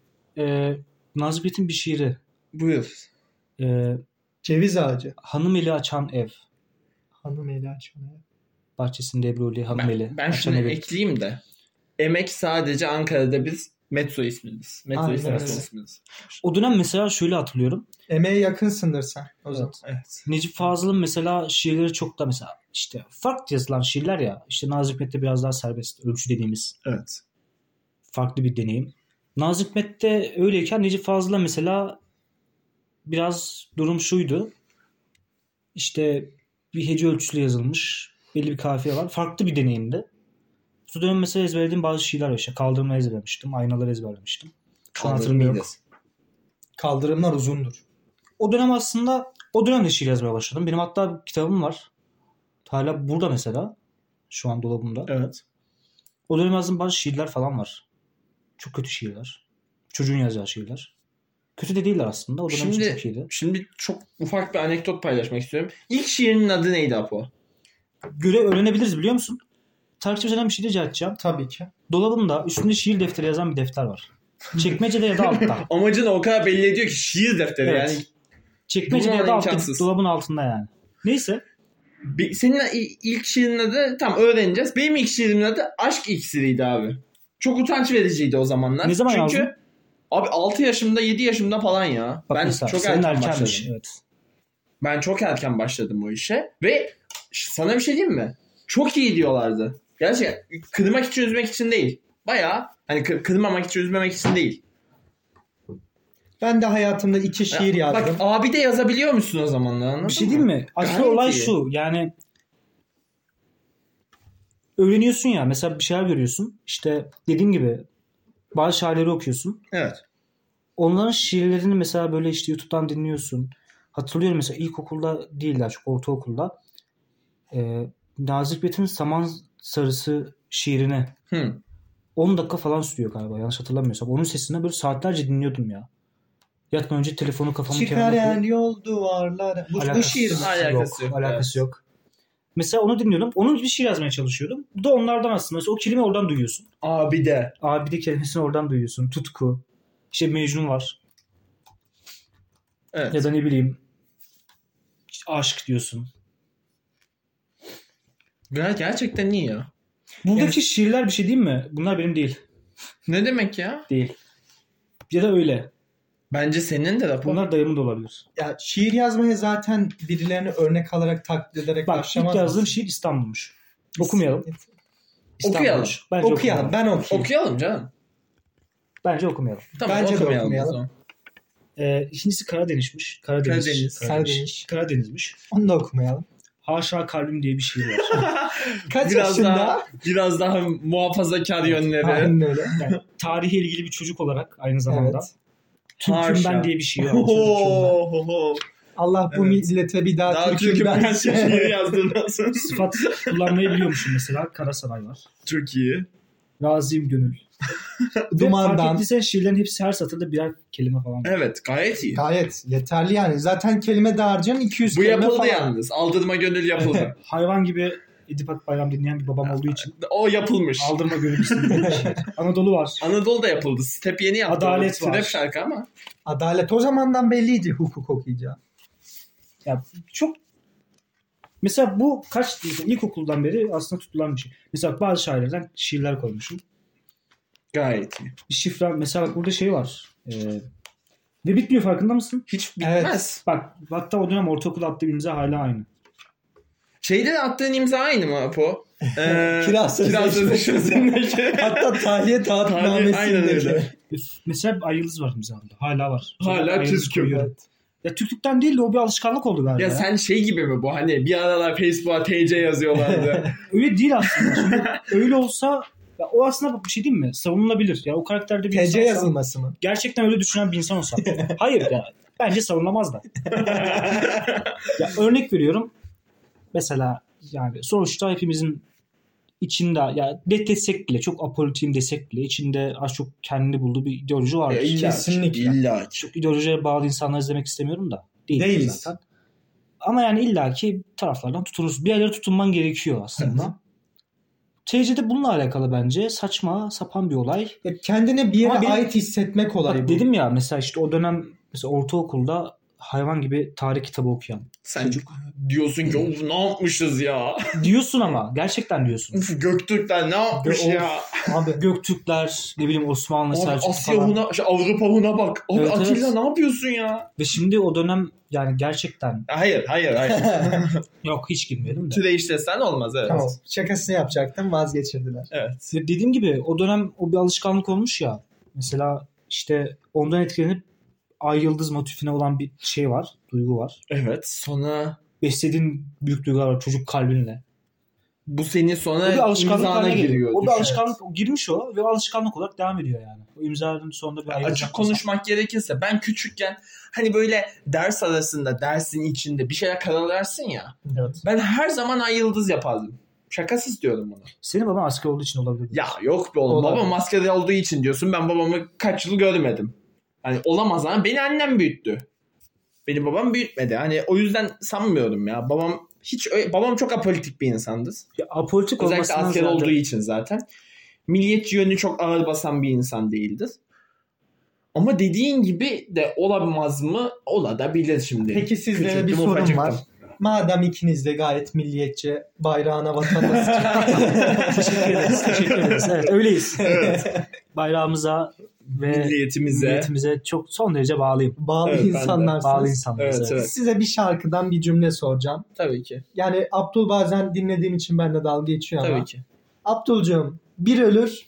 A: e, Nazım Hikmet'in bir şiiri.
B: Buyur.
A: E,
C: Ceviz ağacı.
A: Hanım eli açan ev.
C: Hanım eli açan.
A: Bahçesinde Ebruli hanım eli.
B: Ben, ben
A: açan
B: şunu
A: evi.
B: ekleyeyim de. Emek sadece Ankara'da biz metro ismimiz. Metro
C: Aynen
B: ismimiz.
C: öyle.
B: ismimiz.
A: O dönem mesela şöyle hatırlıyorum.
C: Emeğe yakınsındır sen o zaman.
B: Evet.
A: Necip Fazıl'ın mesela şiirleri çok da mesela işte farklı yazılan şiirler ya. İşte Nazım Hikmet'te biraz daha serbest ölçü dediğimiz
B: Evet.
A: farklı bir deneyim. Nazım Hikmet'te öyleyken Necip Fazıl'la mesela biraz durum şuydu. İşte bir hece ölçüsü yazılmış. Belli bir kafiye var. Farklı bir deneyimdi. Bu dönem mesela ezberlediğim bazı şiirler var. İşte Kaldırımları ezberlemiştim. Aynaları ezberlemiştim. Şu an hatırımda yok.
C: Kaldırımlar uzundur.
A: O dönem aslında o dönemde şiir yazmaya başladım. Benim hatta bir kitabım var. Hala burada mesela. Şu an dolabımda.
B: Evet.
A: O dönem yazdığım bazı şiirler falan var. Çok kötü şiirler. Çocuğun yazacağı şiirler. Kötü de değiller aslında. O dönem için
B: Şimdi,
A: çok iyiydi.
B: şimdi çok ufak bir anekdot paylaşmak istiyorum. İlk şiirinin adı neydi Apo?
A: Görev öğrenebiliriz biliyor musun? Tarihçi bir şey rica edeceğim.
C: Tabii ki.
A: Dolabımda üstünde şiir defteri yazan bir defter var. Çekmecede ya da altta.
B: Amacını o kadar belli ediyor ki şiir defteri
A: Evet.
B: yani.
A: Çekmecede
B: Bulman
A: ya da altta.
B: imkansız.
A: Dolabın altında yani. Neyse.
B: Bir- Senin i- ilk şiirinin adı tam öğreneceğiz. Benim ilk şiirimin adı Aşk İksiriydi abi. Çok utanç vericiydi o zamanlar.
A: Ne zaman
B: Çünkü
A: yazdın?
B: abi altı yaşımda yedi yaşımda falan ya.
A: Bak
B: ben
A: mesela,
B: çok
A: senin
B: erken
A: erkenmiş.
B: başladım.
A: Evet.
B: Ben çok erken başladım o işe. Ve ş- sana bir şey diyeyim mi? Çok iyi diyorlardı. Gerçekten kırmak için üzmek için değil. Bayağı hani kır- kırmamak için üzmemek için değil.
C: Ben de hayatımda iki şiir
B: Ya,
C: yazdım.
B: Bak abi de yazabiliyor musun o zamanlar, anladın
A: Bir şey
B: mı?
A: diyeyim mi? Aslında
B: Gayet
A: olay
B: iyi.
A: şu. Yani öğreniyorsun ya. Mesela bir şeyler görüyorsun. İşte dediğim gibi bazı şairleri okuyorsun.
B: Evet.
A: Onların şiirlerini mesela böyle işte YouTube'dan dinliyorsun. Hatırlıyorum mesela ilkokulda değil daha çok ortaokulda. Ee, Nazım Hikmet'in Saman Sarısı şiirini
B: Hı.
A: on dakika falan sürüyor galiba yanlış hatırlamıyorsam. Onun sesini böyle saatlerce dinliyordum ya. Yatmadan önce telefonu kafamın
C: Çıkar
A: kenarına
C: el
A: koyup-
C: yol duvarlara. Bu, bu
A: Alakası
C: şiir mi?
B: Alakası yok,
A: Alakası
B: evet.
A: yok. Mesela onu dinliyordum. Onun bir şiir yazmaya çalışıyordum. Bu da onlardan aslında. Mesela o kelime oradan duyuyorsun.
B: Abi de.
A: Abi de kelimesini oradan duyuyorsun. Tutku. İşte Mecnun var.
B: Evet.
A: Ya da ne bileyim işte aşk diyorsun.
B: Ger- Gerçekten iyi ya.
A: Buradaki şiirler bir şey değil mi? Bunlar benim değil.
B: Ne demek ya?
A: Değil. Ya da öyle.
B: Bence senin de rapor.
A: Bunlar dayımın da olabilir.
C: Ya şiir yazmaya zaten birilerini örnek alarak taklit ederek
A: Bak
C: başlamak
A: ilk yazdığım
C: lazım.
A: şiir İstanbul'muş. Okumayalım. İstanbul.
B: Okuyalım.
A: Bence
C: Okuyalım.
A: okuyalım.
C: Ben okuyayım.
B: Okuyalım canım.
A: Bence okumayalım.
B: Tamam,
C: Bence de
B: okumayalım.
C: okumayalım.
B: o zaman.
A: Ee, ikincisi Karadeniz'miş. Karadeniz.
B: Karadeniz.
C: Karadeniz.
A: Karadeniz'miş.
C: Onu da okumayalım.
A: Haşa kalbim diye bir şiir var.
C: Kaç
B: Biraz
C: yaşında?
B: daha, biraz daha muhafazakar yönleri.
C: Aynen öyle.
A: Yani tarihe ilgili bir çocuk olarak aynı zamanda.
C: Evet.
A: Türk'üm
B: Haşa.
A: ben diye bir şiir var. Türk'üm ben.
B: Oho.
C: Allah bu
B: Evet.
C: millete bir daha,
B: Daha
C: Türk'üm
B: Türk'üm
C: ben.
B: ben şiir yazdığından sonra.
A: Sıfat kullanmayı biliyormuşum mesela. Karasaray var.
B: Çok iyi.
A: Razıyım gönül. Ve
C: Dumandan.
A: fark ettiysen şiirlerin hepsi her satırda birer kelime falan.
B: Evet, gayet iyi.
C: Gayet yeterli yani. Zaten kelime dağarcan iki yüz
B: Bu
C: kelime
B: yapıldı
C: falan.
B: yalnız. Aldırma gönül yapıldı.
A: Hayvan gibi Edip Akbayram dinleyen bir babam olduğu için
B: O yapılmış.
A: aldırma gönül istedim. Anadolu var.
B: Anadolu'da yapıldı. Step yeni yaptı.
A: Adalet var.
B: Step şarkı ama.
C: Adalet o zamandan belliydi hukuk okuyacağı.
A: Ya çok mesela bu kaç ilkokuldan beri aslında tutulan bir şey. Mesela bazı şairlerden şiirler koymuşum.
B: Gayet iyi.
A: Bir şifre mesela bak burada şey var. Ee, ve bitmiyor farkında mısın?
B: Hiç bitmez.
A: Bak hatta o dönem ortaokul attığı imza hala aynı.
B: Şeyde de attığın imza aynı mı Apo? Ee,
C: Kiraz
B: sözleşmesindeki.
C: Hatta tahliye
B: Tahliye, aynen
C: taahhütnamesindeki.
B: öyle.
A: Mesela ay yıldız var imzamda. Hala var.
B: Hala
A: Ay yıldız
B: Türk'üm.
A: koyuyorum. Ya Türklükten değil de o bir alışkanlık oldu galiba.
B: Ya
A: ya.
B: sen şey gibi mi bu? Hani bir aralar Facebook'a T C yazıyorlardı.
A: Öyle değil aslında. Şimdi öyle olsa ya o aslında bir şey değil mi? Savunulabilir. Ya o karakterde bir
C: T C
A: insan-
C: yazılması mı?
A: gerçekten öyle düşünen bir insan olsa. Hayır ya. Bence savunulamaz da. Ya örnek veriyorum. Mesela yani sonuçta hepimizin içinde ya reddetsek bile çok apolitiyim desek bile içinde az çok kendini bulduğu bir ideoloji var.
B: Ya illa ki,
C: Kesinlikle.
B: illa ki.
A: Çok ideolojiye bağlı insanlar izlemek istemiyorum da. Değil
C: Değiliz.
A: zaten. Ama yani illaki taraflardan tutuluruz. Bir yerlere tutunman gerekiyor aslında. T C'de bununla alakalı bence saçma sapan bir olay.
C: Ya kendine bir yere
A: Ama benim-
C: ait hissetmek olayı
A: Bak
C: bu.
A: dedim ya mesela işte o dönem mesela ortaokulda hayvan gibi tarih kitabı okuyan.
B: Sen diyorsun ki of ne yapmışız ya.
A: Diyorsun ama gerçekten diyorsun.
B: Uf, Göktürkler ne yapmış
A: Of.
B: ya.
A: Abi Göktürkler ne bileyim Osmanlı
B: Abi
A: Selçuklu
B: Asya
A: falan.
B: Huna, şey, Avrupa Huna bak. Abi
A: Evet,
B: Atilla
A: evet.
B: ne yapıyorsun ya?
A: Ve şimdi o dönem yani gerçekten
B: Hayır hayır hayır.
A: yok hiç girmeyelim de.
B: Türe işlesen olmaz evet.
C: Tamam. Şakasını yapacaktım vazgeçirdiler.
B: Evet.
A: Ya dediğim gibi o dönem o bir alışkanlık olmuş ya. Mesela işte ondan etkilenip ay yıldız motifine olan bir şey var. Duygu var.
B: Evet sonra
A: Beslediğin büyük duygular var çocuk kalbinle.
B: bu senin
A: O
B: sonra
A: bir alışkanlık
B: imzana
A: haline geliyor.
B: giriyor.
A: O bir
B: düşün.
A: alışkanlık girmiş o ve alışkanlık olarak devam ediyor yani. O imzaların sonunda bir ay yıldız
B: Açık
A: yapması.
B: konuşmak gerekirse ben küçükken hani böyle ders arasında dersin içinde bir şeyler karalarsın ya.
A: Evet.
B: Ben her zaman ay yıldız yapardım. Şakasız diyorum bunu.
A: Senin baban asker olduğu için olabilir.
B: Ya yok be oğlum.
C: Olabilir.
B: Babam askerde olduğu için diyorsun. Ben babamı kaç yıl görmedim. Hani olamaz ama beni annem büyüttü. Benim babam büyütmedi. Hani o yüzden sanmıyorum ya. Babam hiç öyle- babam çok apolitik bir insandı.
A: Ya, apolitik
B: Özellikle
A: olmasından
B: asker
A: ziyade-
B: olduğu için zaten. Milliyetçi yönü çok ağır basan bir insan değildir. Ama dediğin gibi de olamaz mı? Olabilir şimdi.
C: Peki sizlere
B: Küçüktüm,
C: bir sorum
B: ufacıktım.
C: var. Madem ikiniz de gayet milliyetçi, bayrağına vatandaş
A: Teşekkür ederiz. Teşekkür ederiz. Evet öyleyiz.
B: Evet.
A: Bayrağımıza ve
B: Milliyetimize.
A: milliyetimize çok son derece bağlıyım.
C: bağlı
B: Evet, ben de.
C: insanlarsınız.
A: Bağlı insanlarız.
B: Evet,
A: Evet,
B: evet.
C: Size bir şarkıdan bir cümle soracağım.
B: Tabii ki.
C: Yani Abdul bazen dinlediğim için benimle dalga geçiyor ama.
B: Tabii ki.
C: Abdulcuğum bir ölür,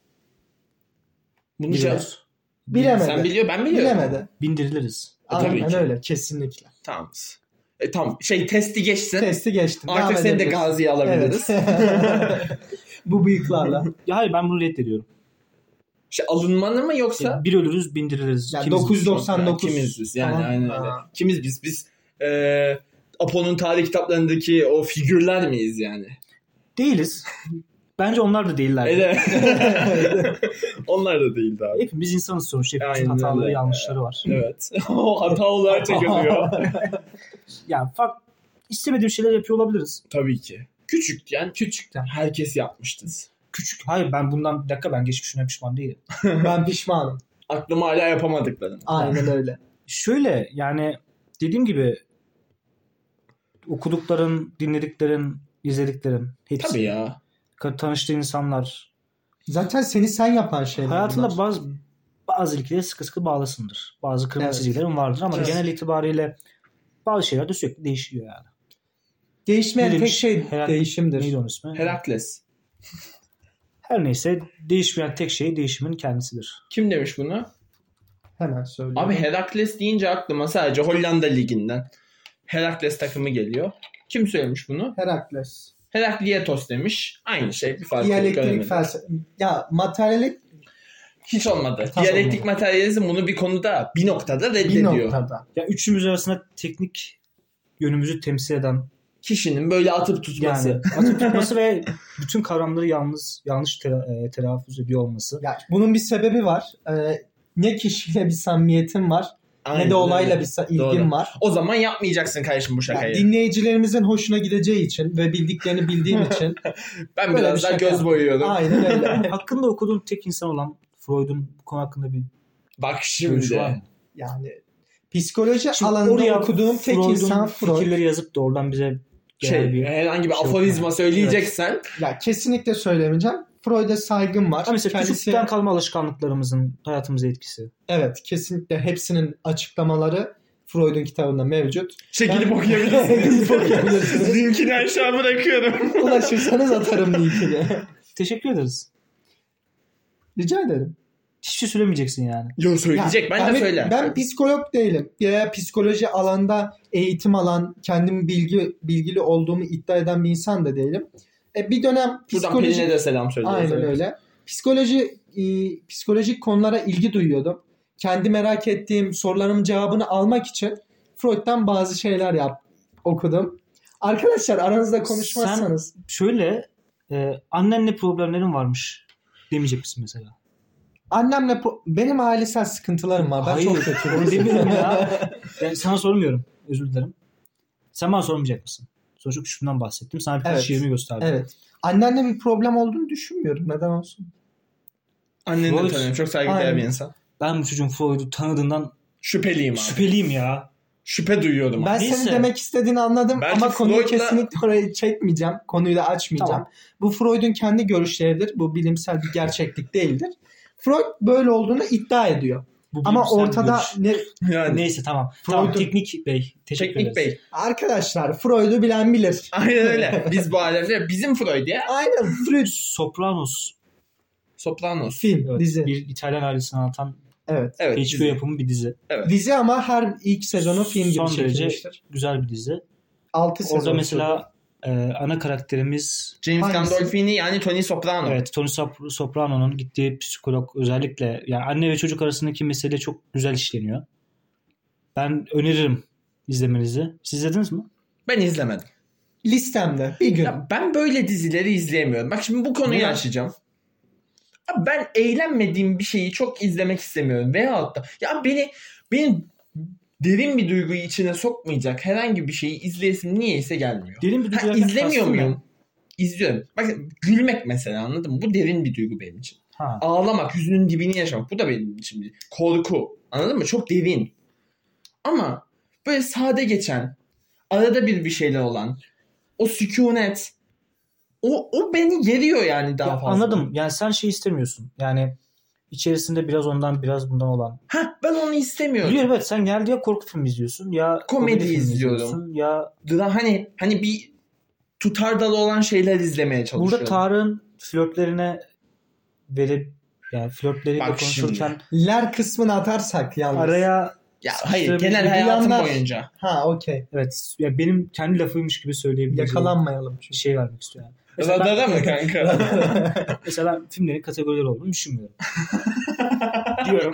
B: Bunu
A: Biliyoruz.
C: bilemedi.
B: Sen biliyor, ben biliyorum.
C: Bilemedi.
A: Bindiriliriz.
B: E, tabii
C: Aynen
B: ki.
C: öyle kesinlikle.
B: Tamam. E, tamam. Şey testi geçsin.
C: Testi geçtim.
B: Artık
C: Devam
B: seni de
C: edebiliriz.
B: gaziye alabiliriz.
C: Evet. Bu bıyıklarla.
A: Ya hayır ben bunu reddediyorum.
B: Şey, alınmanı mı yoksa?
A: Ya, bir ölürüz bindiriliriz.
C: Yani
A: Kimiz
C: dokuz yüz
A: biz?
C: doksan dokuz.
B: Kimiz biz yani
C: Tamam.
B: aynen öyle.
C: Aa.
B: Kimiz biz? Biz e, Apo'nun tarih kitaplarındaki o figürler miyiz yani?
A: Değiliz. Bence onlar da değiller.
B: Evet. Onlar da değildi abi.
A: Hepimiz insanız sonuçta. Hepimizin
B: Aynen
A: hataları
B: öyle.
A: yanlışları var.
B: Evet. O hata olarak çekiliyor.
A: Ya fark istemediğim şeyler yapıyor olabiliriz.
B: Tabii ki. Küçükken
C: Küçükten.
B: herkes yapmıştır.
A: Küçük. Hayır ben bundan bir dakika ben geçmişine pişman değilim.
C: Ben pişmanım.
B: Aklıma hala yapamadıklarım.
C: Aynen öyle.
A: Şöyle yani dediğim gibi okudukların, dinlediklerin, izlediklerin hepsi.
B: Tabii ya.
A: Tanıştığı insanlar.
C: Zaten seni sen yapan şeyler
A: Hayatında
C: bunlar.
A: bazı bazı ilkeleri sıkı sıkı bağlısındır. Bazı kırmızı
C: Evet.
A: çizgilerin vardır ama
B: Evet.
A: genel itibariyle bazı şeyler de sürekli değişiyor yani.
C: Değişmeyen
A: Ne
C: tek
A: demiş?
C: şey
A: Herak-
C: değişimdir.
A: Neydi onun ismi?
B: Herakles.
A: Her neyse değişmeyen tek şey değişimin kendisidir.
B: Kim demiş bunu?
C: Hemen söylüyorum.
B: Abi Herakles deyince aklıma sadece Hollanda Ligi'nden Herakles takımı geliyor. Kim söylemiş bunu?
C: Herakles.
B: Heraklitos demiş. Aynı şey. Bir fark yok.
C: Diyalektik
B: göremedim.
C: felsefe. Ya materyallik
B: Hiç olmadı.
C: Tam
B: Diyalektik
C: olmadı.
B: materyalizm bunu bir konuda bir noktada
C: bir
B: reddediyor.
C: noktada.
A: Ya üçümüz arasında teknik yönümüzü temsil eden
B: Kişinin böyle atıp tutması.
A: yani atıp tutması ve bütün kavramları yalnız yanlış tela- e, telaffuz ediyor olması.
C: Ya bunun bir sebebi var. Ee, ne kişiyle bir samimiyetim var
B: Aynen
C: ne de olayla
B: öyle.
C: bir sa- ilgim
B: Doğru.
C: var.
B: O zaman yapmayacaksın kardeşim bu şakayı.
C: Yani dinleyicilerimizin hoşuna gideceği için ve bildiklerini bildiğim için
B: ben
C: böyle
B: biraz
C: bir
B: daha
C: şaka.
B: göz boyuyorum.
C: aynen öyle.
A: Hakkında okuduğum tek insan olan Freud'un bu konu hakkında bir
B: Bak
A: görüşü
B: şimdi.
A: var mı?
C: Yani psikoloji
A: Şimdi
C: alanında
A: oraya
C: okuduğum tek
A: Freud'un
C: insan Freud.
A: fikirleri yazıp da oradan bize genel
B: Şey,
A: bir
B: herhangi bir
A: şey
B: aforizma
A: okuma.
B: söyleyeceksen
C: Ya kesinlikle söylemeyeceğim. Freud'a saygım var.
A: Ha mesela
C: Kendisi-
A: küçüklükten kalma alışkanlıklarımızın hayatımıza etkisi.
C: Evet, kesinlikle hepsinin açıklamaları Freud'un kitabında mevcut.
B: çekilip
C: Ben-
B: okuyabilirsiniz.
C: Okuyabilirsiniz.
B: Linkini aşağı bırakıyorum.
C: Ulaşırsanız atarım linkini.
A: Teşekkür ederiz.
C: Rica ederim.
A: Hiçbir şey söylemeyeceksin yani.
B: Yo söyleyecek.
C: Ya,
B: ben
C: yani
B: de söylerim.
C: Ben psikolog değilim. Ya psikoloji alanda eğitim alan, kendim bilgi bilgili olduğumu iddia eden bir insan da değilim. E, bir dönem
B: Buradan
C: psikoloji
B: Pelin'e de selam söylüyoruz.
C: aynen
B: Evet.
C: öyle. Psikoloji e, psikolojik konulara ilgi duyuyordum. Kendi merak ettiğim sorularımın cevabını almak için Freud'dan bazı şeyler yap okudum. Arkadaşlar aranızda konuşmazsanız
A: Şöyle e, annenle problemlerin varmış demeyecek misin mesela?
C: annemle pro- benim ailesel sıkıntılarım var. Ben
A: Hayır,
C: çok kötüyüm.
A: onu demiyorum ya. Yani sana sormuyorum. Özür dilerim. Sen bana sormayacak mısın? Sonuçta küçüklüğümden bahsettim. Sana birkaç
C: Evet.
A: şiirimi gösterdim.
C: Evet. Annenle bir problem olduğunu düşünmüyorum. Neden olsun?
B: Anneni de
A: Freud-
B: tanıyorum. Çok saygıdeğer
C: Aynen.
B: bir insan.
A: Ben bu çocuğun Freud'u tanıdığından
B: Şüpheliyim abi.
A: şüpheliyim ya.
B: Şüphe duyuyordum.
C: Ben
B: abi.
A: Neyse.
C: senin demek istediğini anladım
B: Bence
C: ama konuyu
B: Freud'la-
C: kesinlikle oraya çekmeyeceğim. Konuyu da açmayacağım.
A: Tamam.
C: Bu Freud'un kendi görüşleridir. Bu bilimsel bir gerçeklik değildir. Freud böyle olduğunu iddia ediyor.
A: Bu
C: Ama
A: bilimsel bir
C: ortada
A: görüş.
C: ne
B: Yani.
A: Neyse tamam. Tamam
C: Freud'un-
A: Teknik Bey. Teşekkür
B: Teknik
A: ederiz.
B: Bey.
C: arkadaşlar Freud'u bilen bilir.
B: Aynen öyle. Biz bu alemde bizim Freud ya.
C: Aynen Freud
A: Sopranos.
B: Sopranos.
C: film,
A: Evet,
C: dizi.
A: bir İtalyan ailesini anlatan
C: Evet.
B: Evet.
A: H B O
B: dizi.
A: yapımı bir dizi.
C: Dizi ama her ilk sezonu film gibi
A: Son derece
C: çekilmiştir.
A: güzel bir dizi.
C: altı sezon.
A: Orada mesela e, ana karakterimiz
B: James
C: Hangisi?
B: Gandolfini yani Tony Soprano.
A: evet Tony Sop- Soprano'nun gittiği psikolog özellikle yani anne ve çocuk arasındaki mesele çok güzel işleniyor. Ben öneririm izlemenizi. Siz izlediniz mi?
B: Ben izlemedim.
C: listemde bir gün.
B: Ya ben böyle dizileri izleyemiyorum. Bak şimdi bu konuyu
A: Neden?
B: açacağım. Abi ben eğlenmediğim bir şeyi çok izlemek istemiyorum. Veyahut da ya beni beni derin bir duyguyu içine sokmayacak herhangi bir şeyi izleyesim niyeyse gelmiyor.
A: Derin bir
B: Ha,
A: duygu derken
B: izlemiyor
A: kastın ne?
B: muyum? İzliyorum. Bak gülmek mesela anladın mı? Bu derin bir duygu benim için.
A: Ha.
B: Ağlamak, hüzünün dibini yaşamak. Bu da benim için bir korku. Anladın mı? Çok derin. Ama böyle sade geçen, arada bir bir şeyler olan, o sükunet, o, o beni geriyor yani daha
A: Ya
B: fazla.
A: anladım. Yani sen şey istemiyorsun. Yani içerisinde biraz ondan biraz bundan olan.
B: Heh, ben onu istemiyorum.
A: Biliyorum evet sen geldi ya korku filmi izliyorsun ya
B: Komedi
A: filmi
B: izliyorum.
A: izliyorsun, ya
B: Daha hani hani bir tutar dalı olan şeyler izlemeye çalışıyorum.
A: burada Tarık'ın flörtlerine verip yani flörtleriyle
B: Bak
A: konuşurken
C: Ler kısmını atarsak yalnız.
A: araya
B: ya hayır
A: İşte
B: genel
A: bir
B: hayatım
C: yanlar-
B: boyunca.
C: Ha okey.
A: evet ya benim kendi lafıymış gibi söyleyebileceğim
C: Yakalanmayalım
A: bir
C: çünkü.
A: şey vermek istiyorum. Yani. Mesela,
B: Radada
A: ben,
B: mı kanka?
A: mesela ben filmlerin kategorileri olduğunu düşünmüyorum. Diyorum.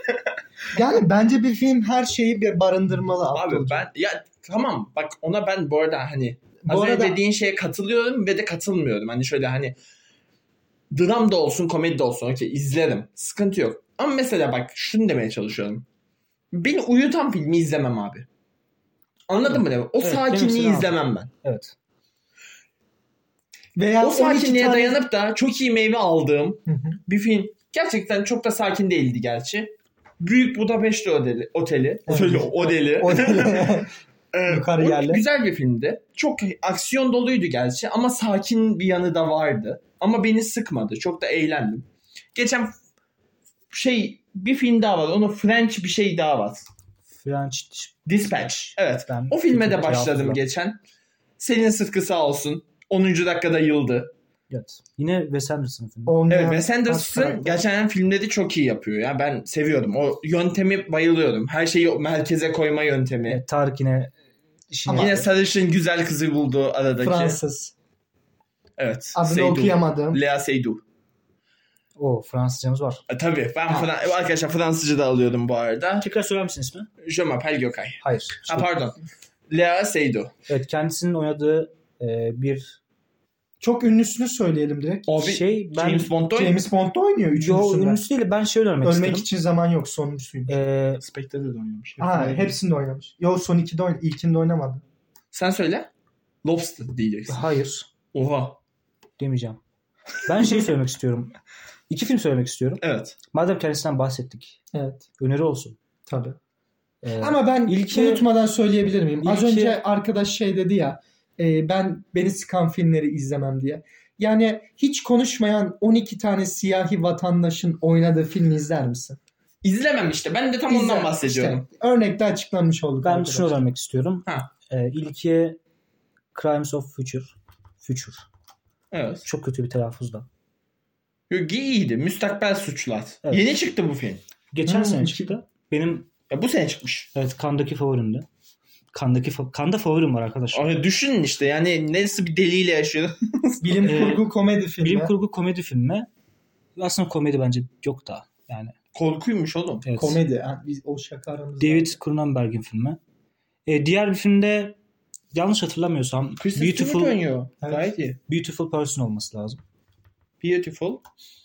C: Yani bence bir film her şeyi bir barındırmalı.
B: Abi
C: Abdullah.
B: ben ya tamam bak ona ben bu arada hani az
C: Bu
B: önce
C: arada
B: dediğin şeye katılıyorum ve de katılmıyorum. Hani şöyle hani dram da olsun komedi de olsun okey izlerim. Sıkıntı yok. Ama mesela bak şunu demeye çalışıyorum. Beni uyutan filmi izlemem abi. Anladın mı demek? O
A: Evet,
B: sakinliği
A: benim
B: izlemem ben.
A: Evet.
C: veya
B: O
C: on iki
B: sakinliğe
C: tane-
B: dayanıp da çok iyi meyve aldığım
C: Hı hı.
B: bir film. Gerçekten çok da sakin değildi gerçi. Büyük Budapest Oteli. Oteli.
C: Evet.
B: Oteli. Odeli.
C: O-
B: Ee,
C: Yukarı
B: o
C: yerli.
B: Güzel bir filmdi. Çok aksiyon doluydu gerçi ama sakin bir yanı da vardı. Ama beni sıkmadı. Çok da eğlendim. Geçen şey bir film daha var. Onu French bir şey daha var.
A: French
B: Dispatch. Evet.
A: ben
B: O filme de
A: kötü bir
B: başladım
A: hafıza.
B: geçen. Selin Sıtkı sağ olsun. onuncu dakikada yıldı.
A: Evet. Yine Wes Anderson filmi.
C: Olmayan
B: Evet, Wes Anderson
C: karakter.
B: gerçekten filmleri çok iyi yapıyor. Ya ben seviyorum. O yöntemi bayılıyorum. Her şeyi merkeze koyma yöntemi.
A: Evet, Tarık yine işini
C: Ama-
B: Yine
A: yaptı.
B: sarışın güzel kızı buldu aradaki.
C: Fransız.
B: Evet.
C: Adını
B: Seydoux.
C: okuyamadım.
B: Lea Seydoux.
A: O Fransızcamız var.
B: E, tabii ben
C: Ha.
B: Fran- arkadaşlar Fransızca da alıyordum bu arada.
A: Tekrar söyler misin ismi?
B: Je m'appelle Gökay.
A: Hayır.
B: Ha
A: Şey-
B: pardon. Lea Seydoux.
A: Evet, kendisinin oynadığı e, bir
C: Çok ünlüsünü söyleyelim direkt.
B: Abi
A: şey ben
B: James Bond'da oynuyor.
C: James Bond'da oynuyor
A: Yo,
C: üçüncüsünde.
A: ünlüsü değil, ben şey önermek
C: Ölmek
A: istedim.
C: için zaman yok, sonuncusuymuş.
A: E,
B: Spectre'de de oynamış.
C: Ha, hepsinde oynamış. Yo, son ikide oynadı. İlkinde oynamadı.
B: Sen söyle. Lobster diyeceksin.
A: hayır
B: Oha.
A: demeyeceğim. Ben şey söylemek istiyorum. İki film söylemek istiyorum.
B: Evet.
A: Madem kendisinden bahsettik.
C: Evet.
A: Öneri olsun.
C: Tabii.
A: E,
C: Ama ben
A: ilki-
C: unutmadan söyleyebilir miyim? Az
A: ilki-
C: önce arkadaş şey dedi ya, e, ben beni sıkan filmleri izlemem diye. Yani hiç konuşmayan on iki tane siyahi vatandaşın oynadığı filmi izler misin?
B: İzlemem işte. Ben de tam ondan
C: İzler.
B: bahsediyorum.
C: İşte, örnekte açıklanmış olduk.
A: ben
C: arkadaşlar.
A: şunu önermek istiyorum.
B: Ha.
A: E, ilki Crimes of Future. Future.
B: Evet.
A: Çok kötü bir telaffuzda.
B: Yok, iyiydi. Müstakbel Suçlar.
A: Evet.
B: Yeni çıktı bu film.
A: Geçen
C: Hmm,
A: sene
C: iki-
A: çıktı. Benim
B: Ya bu sene çıkmış.
A: evet kandaki favorimdi. Kandaki fa- kanda favorim var arkadaşlar.
B: Abi düşünün işte yani nasıl bir deliyle yaşıyor.
C: Bilim
A: Ee,
C: kurgu komedi filmi.
A: Bilim kurgu komedi filmi. Aslında komedi bence yok da. Yani
B: Korkuymuş oğlum.
A: evet.
C: Komedi. Yani biz o şaka aramızda.
A: David Cronenberg'in filmi. E, diğer bir filmde yanlış hatırlamıyorsam
B: Christopher
A: Beautiful
B: Plummer oynuyor.
C: Evet.
B: Gayet iyi.
A: Beautiful Person olması lazım.
B: Beautiful.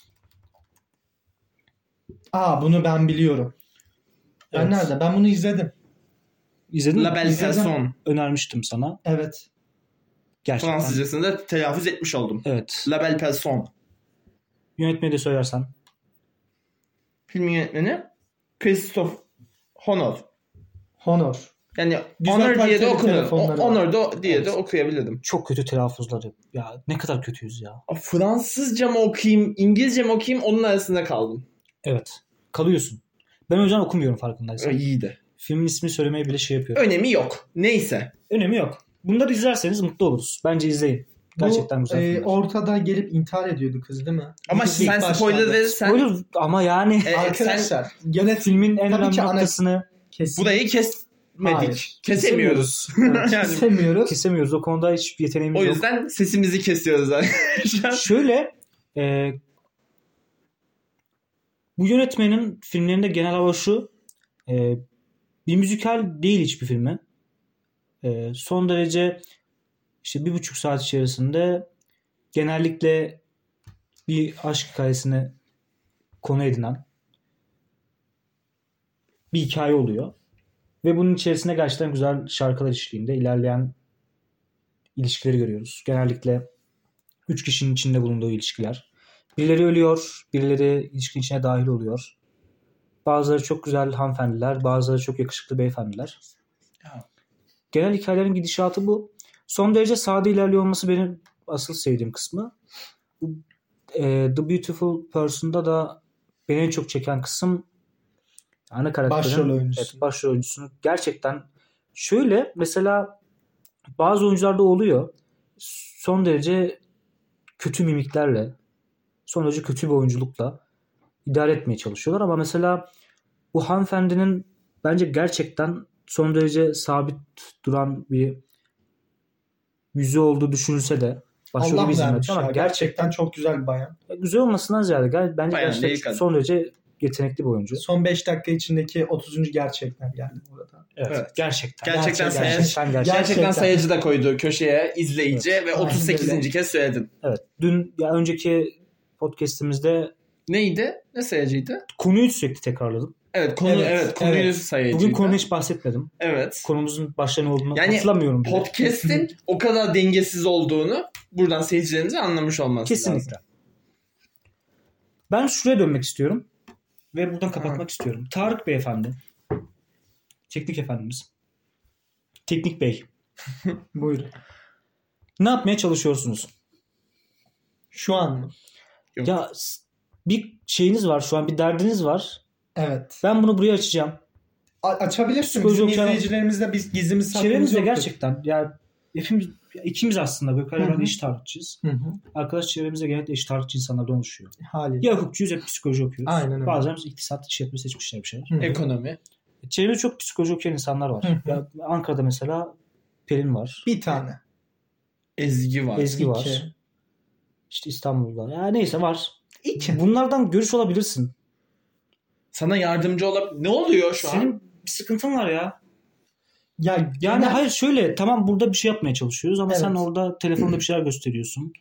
C: Aa, bunu ben biliyorum. Ben
A: Evet.
C: nerede? Ben bunu izledim.
A: İzledin mi?
B: La Belle
C: İzledim.
B: Personne.
A: Önermiştim sana.
C: Evet.
A: Gerçekten.
B: Fransızcasını da telaffuz etmiş oldum.
A: Evet.
B: La Belle Personne.
A: Yönetmeni de söylersen.
B: Filmin yönetmeni Christophe Honor.
C: Honor.
B: Yani
C: Güzel
B: Honor diye de
C: kaliteli
B: okunur.
C: telefonları
B: O-
C: var.
B: Honor da diye
A: Evet.
B: de okuyabilirdim.
A: Çok kötü telaffuzları. Ya ne kadar kötüyüz ya.
B: Aa, Fransızca mı okuyayım, İngilizce mi okuyayım onun arasında kaldım.
A: Evet. Kalıyorsun. Ben o yüzden okumuyorum farkındaysan.
B: Ö, iyiydi.
A: Filmin ismini söylemeye bile şey yapıyorum.
B: Önemi yok. Neyse.
A: Önemi yok. Bunları izlerseniz mutlu oluruz. Bence izleyin. Gerçekten
C: Bu,
A: güzel
C: e,
A: filmler.
C: ortada gelip intihar ediyordu kız değil mi?
B: Ama
C: İlk
B: sen
C: başlarda.
B: spoiler verirsen
A: Spoiler ama yani
B: e, sen
C: Arkadaşlar yönet
A: filmin en
C: Tabii
A: önemli
C: ki ana-
A: noktasını
C: kesin.
B: burayı kesmedik.
C: Hayır.
B: Kesemiyoruz.
A: Evet.
B: yani,
C: istemiyoruz.
A: kesemiyoruz. O konuda hiçbir yeteneğimiz
B: o
A: yok.
B: yüzden sesimizi kesiyoruz arkadaşlar.
A: Şöyle e, bu yönetmenin filmlerinde genel hava şu, e, bir müzikal değil hiçbir filmi. E, son derece işte bir buçuk saat içerisinde genellikle bir aşk hikayesine konu edinen bir hikaye oluyor. Ve bunun içerisinde gerçekten güzel şarkılar eşliğinde ilerleyen ilişkileri görüyoruz. Genellikle üç kişinin içinde bulunduğu ilişkiler. Birileri ölüyor, birileri ilişkinin içine dahil oluyor. Bazıları çok güzel hanımefendiler, bazıları çok yakışıklı beyefendiler. Genel hikayelerin gidişatı bu. Son derece sade ilerliyor olması benim asıl sevdiğim kısmı. Bu, e, The Beautiful Person'da da beni en çok çeken kısım ana karakterin
C: Başrol oyuncusu.
A: evet, başrol oyuncusunun gerçekten şöyle mesela bazı oyuncularda oluyor. Son derece kötü mimiklerle, son derece kötü bir oyunculukla idare etmeye çalışıyorlar ama mesela bu hanımefendinin bence gerçekten son derece sabit duran bir yüzü olduğu düşünülse de başrolü
C: Allah
A: bir izin
C: vermiş
A: ama
C: ya.
A: gerçekten
C: Gerçekten çok güzel bir bayan.
A: güzel olmasından ziyade ger- bence
B: Bayan değil
A: gerçekten
B: kadın.
A: son derece yetenekli bir oyuncu.
C: Son beş dakika içindeki otuzuncu gerçekten geldi burada.
A: Evet,
B: Evet.
A: gerçekten.
B: Gerçekten
C: Gerçekten,
B: sayacı.
A: gerçekten, gerçekten.
B: Gerçekten
C: Gerçekten.
B: sayacı da koydu köşeye izleyici ve
C: Aynen
B: otuz sekizinci
C: öyle.
B: kez söyledin.
A: Evet. Dün ya önceki podcast'imizde
B: Neydi? Ne sayacıydı?
A: konuyu sürekli tekrarladım.
B: Evet konu evet,
C: Evet,
B: konuyu
C: evet.
B: sayacıydı.
A: Bugün konuda hiç bahsetmedim.
B: Evet.
A: Konumuzun başta ne olduğunu
B: Yani
A: hatırlamıyorum bile.
B: Podcast'in o kadar dengesiz olduğunu buradan seyircilerimize anlamış olması
A: Kesinlikle.
B: lazım.
A: Ben şuraya dönmek istiyorum. Ve buradan kapatmak
B: Ha.
A: istiyorum. Tarık Beyefendi. Teknik efendimiz. Teknik Bey.
C: Buyurun.
A: Ne yapmaya çalışıyorsunuz?
C: Şu an mı?
B: Yok.
A: Ya s- bir şeyiniz var şu an. Bir derdiniz var.
C: Evet.
A: Ben bunu buraya açacağım.
C: A- açabilirsin.
A: Psikoloji
C: Bizim
A: okuyan-
C: izleyicilerimizde biz gizlimiz saklımız
A: Çevremizde
C: yoktur.
A: gerçekten. Ya hepimiz ikimiz aslında Gökay'la
C: Hı hı.
A: ben eşit ağırlıkçıyız.
C: Hı hı.
A: Arkadaş çevremizde genellikle eşit ağırlıkçı insanlardan oluşuyor.
C: Haliyle.
A: Ya hukukçuyuz ya psikoloji okuyoruz.
C: Aynen öyle.
A: Bazen biz iktisat işletme seçmişler bir şeyler.
C: Hı hı.
B: Ekonomi.
A: Çevremde çok psikoloji okuyan insanlar var.
C: Hı hı.
A: Ya Ankara'da mesela Pelin var.
C: Bir tane.
B: Ezgi var.
A: Ezgi
C: İki.
A: var. İşte İstanbul'da. Ya neyse var.
C: İki.
A: Bunlardan görüş olabilirsin.
B: Sana yardımcı olabilir. Ne oluyor şu
A: Senin
B: an?
A: bir sıkıntın var ya.
C: Ya
A: Yani
C: genel-
A: hayır şöyle tamam burada bir şey yapmaya çalışıyoruz ama
C: Evet.
A: sen orada telefonda bir şeyler gösteriyorsun.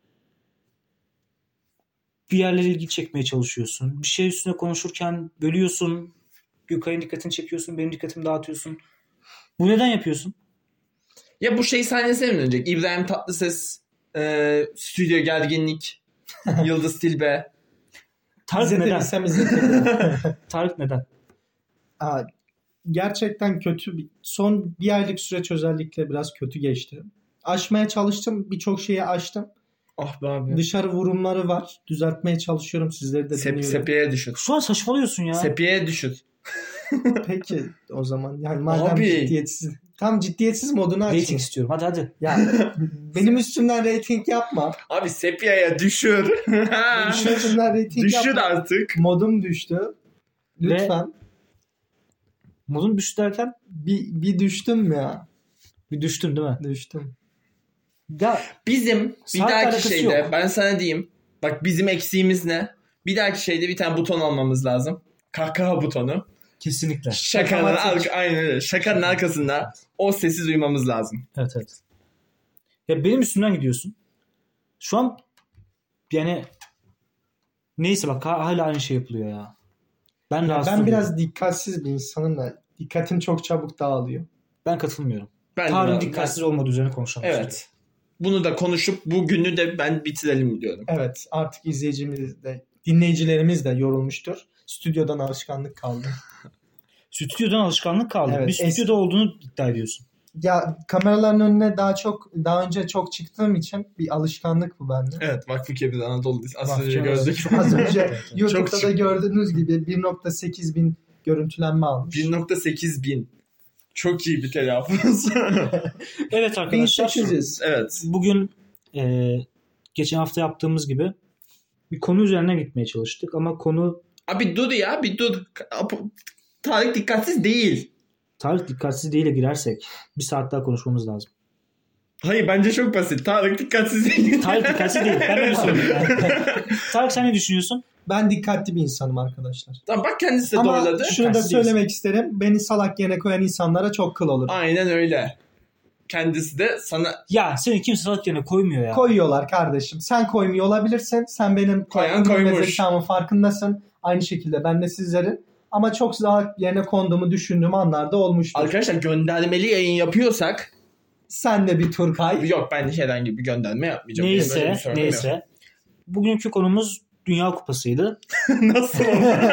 A: Bir yerlere ilgi çekmeye çalışıyorsun. Bir şey üstüne konuşurken bölüyorsun. Gökay'ın dikkatini çekiyorsun. Benim dikkatimi dağıtıyorsun. Bu neden yapıyorsun?
B: Ya bu şey sahnesine mi dönecek? İbrahim Tatlıses, e, stüdyo gerginlik, Yıldız Tilbe.
A: Tarık neden?
C: İzletebilsem izletebilirim.
A: Tarık neden?
C: Aa, gerçekten kötü. bir- Son bir aylık süreç özellikle biraz kötü geçti. Aşmaya çalıştım. Birçok şeyi aştım.
B: Ah be abi.
C: Dışarı vurumları var. Düzeltmeye çalışıyorum. Sizleri de
B: Sep,
C: dinliyorum.
B: sepiyeye düşün.
A: Şu an saçmalıyorsun ya.
B: Sepiyeye düşün.
C: Peki o zaman. Yani madem
B: Abi.
C: ciddiyetsiz. Tam ciddiyetsiz modunu
A: Rating
C: açayım.
A: istiyorum. Hadi hadi.
C: Ya benim üstümden rating yapma.
B: Abi sepiyeye düşür.
C: Benim üstümden rating
B: düşür
C: yapma.
B: artık.
C: Modum düştü. Lütfen.
A: Modun düştü derken
C: Bir, bir düştüm ya.
A: bir düştün değil mi?
C: Düştüm.
A: Ya
B: Bizim bir
A: Saatle
B: dahaki
A: alakası
B: şeyde
A: yok.
B: ben sana diyeyim. Bak bizim eksiğimiz ne? Bir dahaki şeyde bir tane buton almamız lazım. Kahkaha butonu.
A: kesinlikle.
B: Şakanın,
C: Şakamatik.
B: arka, aynen öyle. Şakanın arkasında o sesi duymamız lazım.
A: Evet evet. Ya benim üstümden gidiyorsun. Şu an yani neyse bak ha- hala aynı şey yapılıyor ya. Ben
C: Ya
A: rahatsız
C: ben
A: oluyorum.
C: biraz dikkatsiz bir insanım da dikkatim çok çabuk dağılıyor.
A: Ben katılmıyorum.
B: Ben de-
A: Tarık'ın
B: ben-
A: dikkatsiz olmadığı üzerine konuşalım.
B: Evet. Bunu da konuşup bu günü de ben bitirelim diyorum.
C: Evet, artık izleyicimiz de dinleyicilerimiz de yorulmuştur. Stüdyodan alışkanlık kaldı.
A: Stüdyodan alışkanlık kaldı.
C: Evet,
A: Bir stüdyoda olduğunu iddia ediyorsun.
C: Ya kameraların önüne daha çok daha önce çok çıktığım için bir alışkanlık bu bende.
B: Evet, Vakfı Kebir Anadolu'dayız. Az
A: Vakfı
B: önce
A: Kebir.
B: gördük.
C: Az önce
B: Çok
C: YouTube'da da
B: çık-
C: gördüğünüz gibi bir nokta sekiz bin görüntülenme almış.
B: bir nokta sekiz bin. Çok iyi bir telaffuz.
A: Evet
C: bin
A: arkadaşlar.
C: sekiz yüz.
B: Evet.
A: Bugün e, geçen hafta yaptığımız gibi bir konu üzerine gitmeye çalıştık ama konu
B: Abi dur ya bir dur. Tarık dikkatsiz değil.
A: Tarık dikkatsiz değil'e girersek bir saat daha konuşmamız lazım.
B: Hayır bence çok basit. Tarık dikkatsiz değil.
A: Tarık dikkatsiz değil. Ben öyle söyleyeyim. Tarık sen ne düşünüyorsun?
C: Ben dikkatli bir insanım arkadaşlar.
B: Tamam bak kendisi de
C: Ama
B: doğruladı.
C: şunu da
A: Dikkatsiz
C: söylemek isterim. Beni salak yerine koyan insanlara çok kıl olur.
B: Aynen öyle. Kendisi de sana
A: Ya seni kimse salak yerine koymuyor ya.
C: Koyuyorlar kardeşim. Sen koymuyor olabilirsin. Sen benim
B: Koyan
C: farkındayım ve
B: koymuş.
C: zekamın farkındasın. Aynı şekilde ben de sizlerin. Ama çok salak yerine konduğumu düşündüğüm anlarda olmuştur.
B: arkadaşlar göndermeli yayın yapıyorsak
C: Sen de bir Turkay.
B: yok ben herhangi bir gönderme yapmayacağım. Benim öyle
A: Neyse
B: bir sorunum yok.
A: neyse. Bugünkü konumuz Dünya Kupası'ydı.
B: Nasıl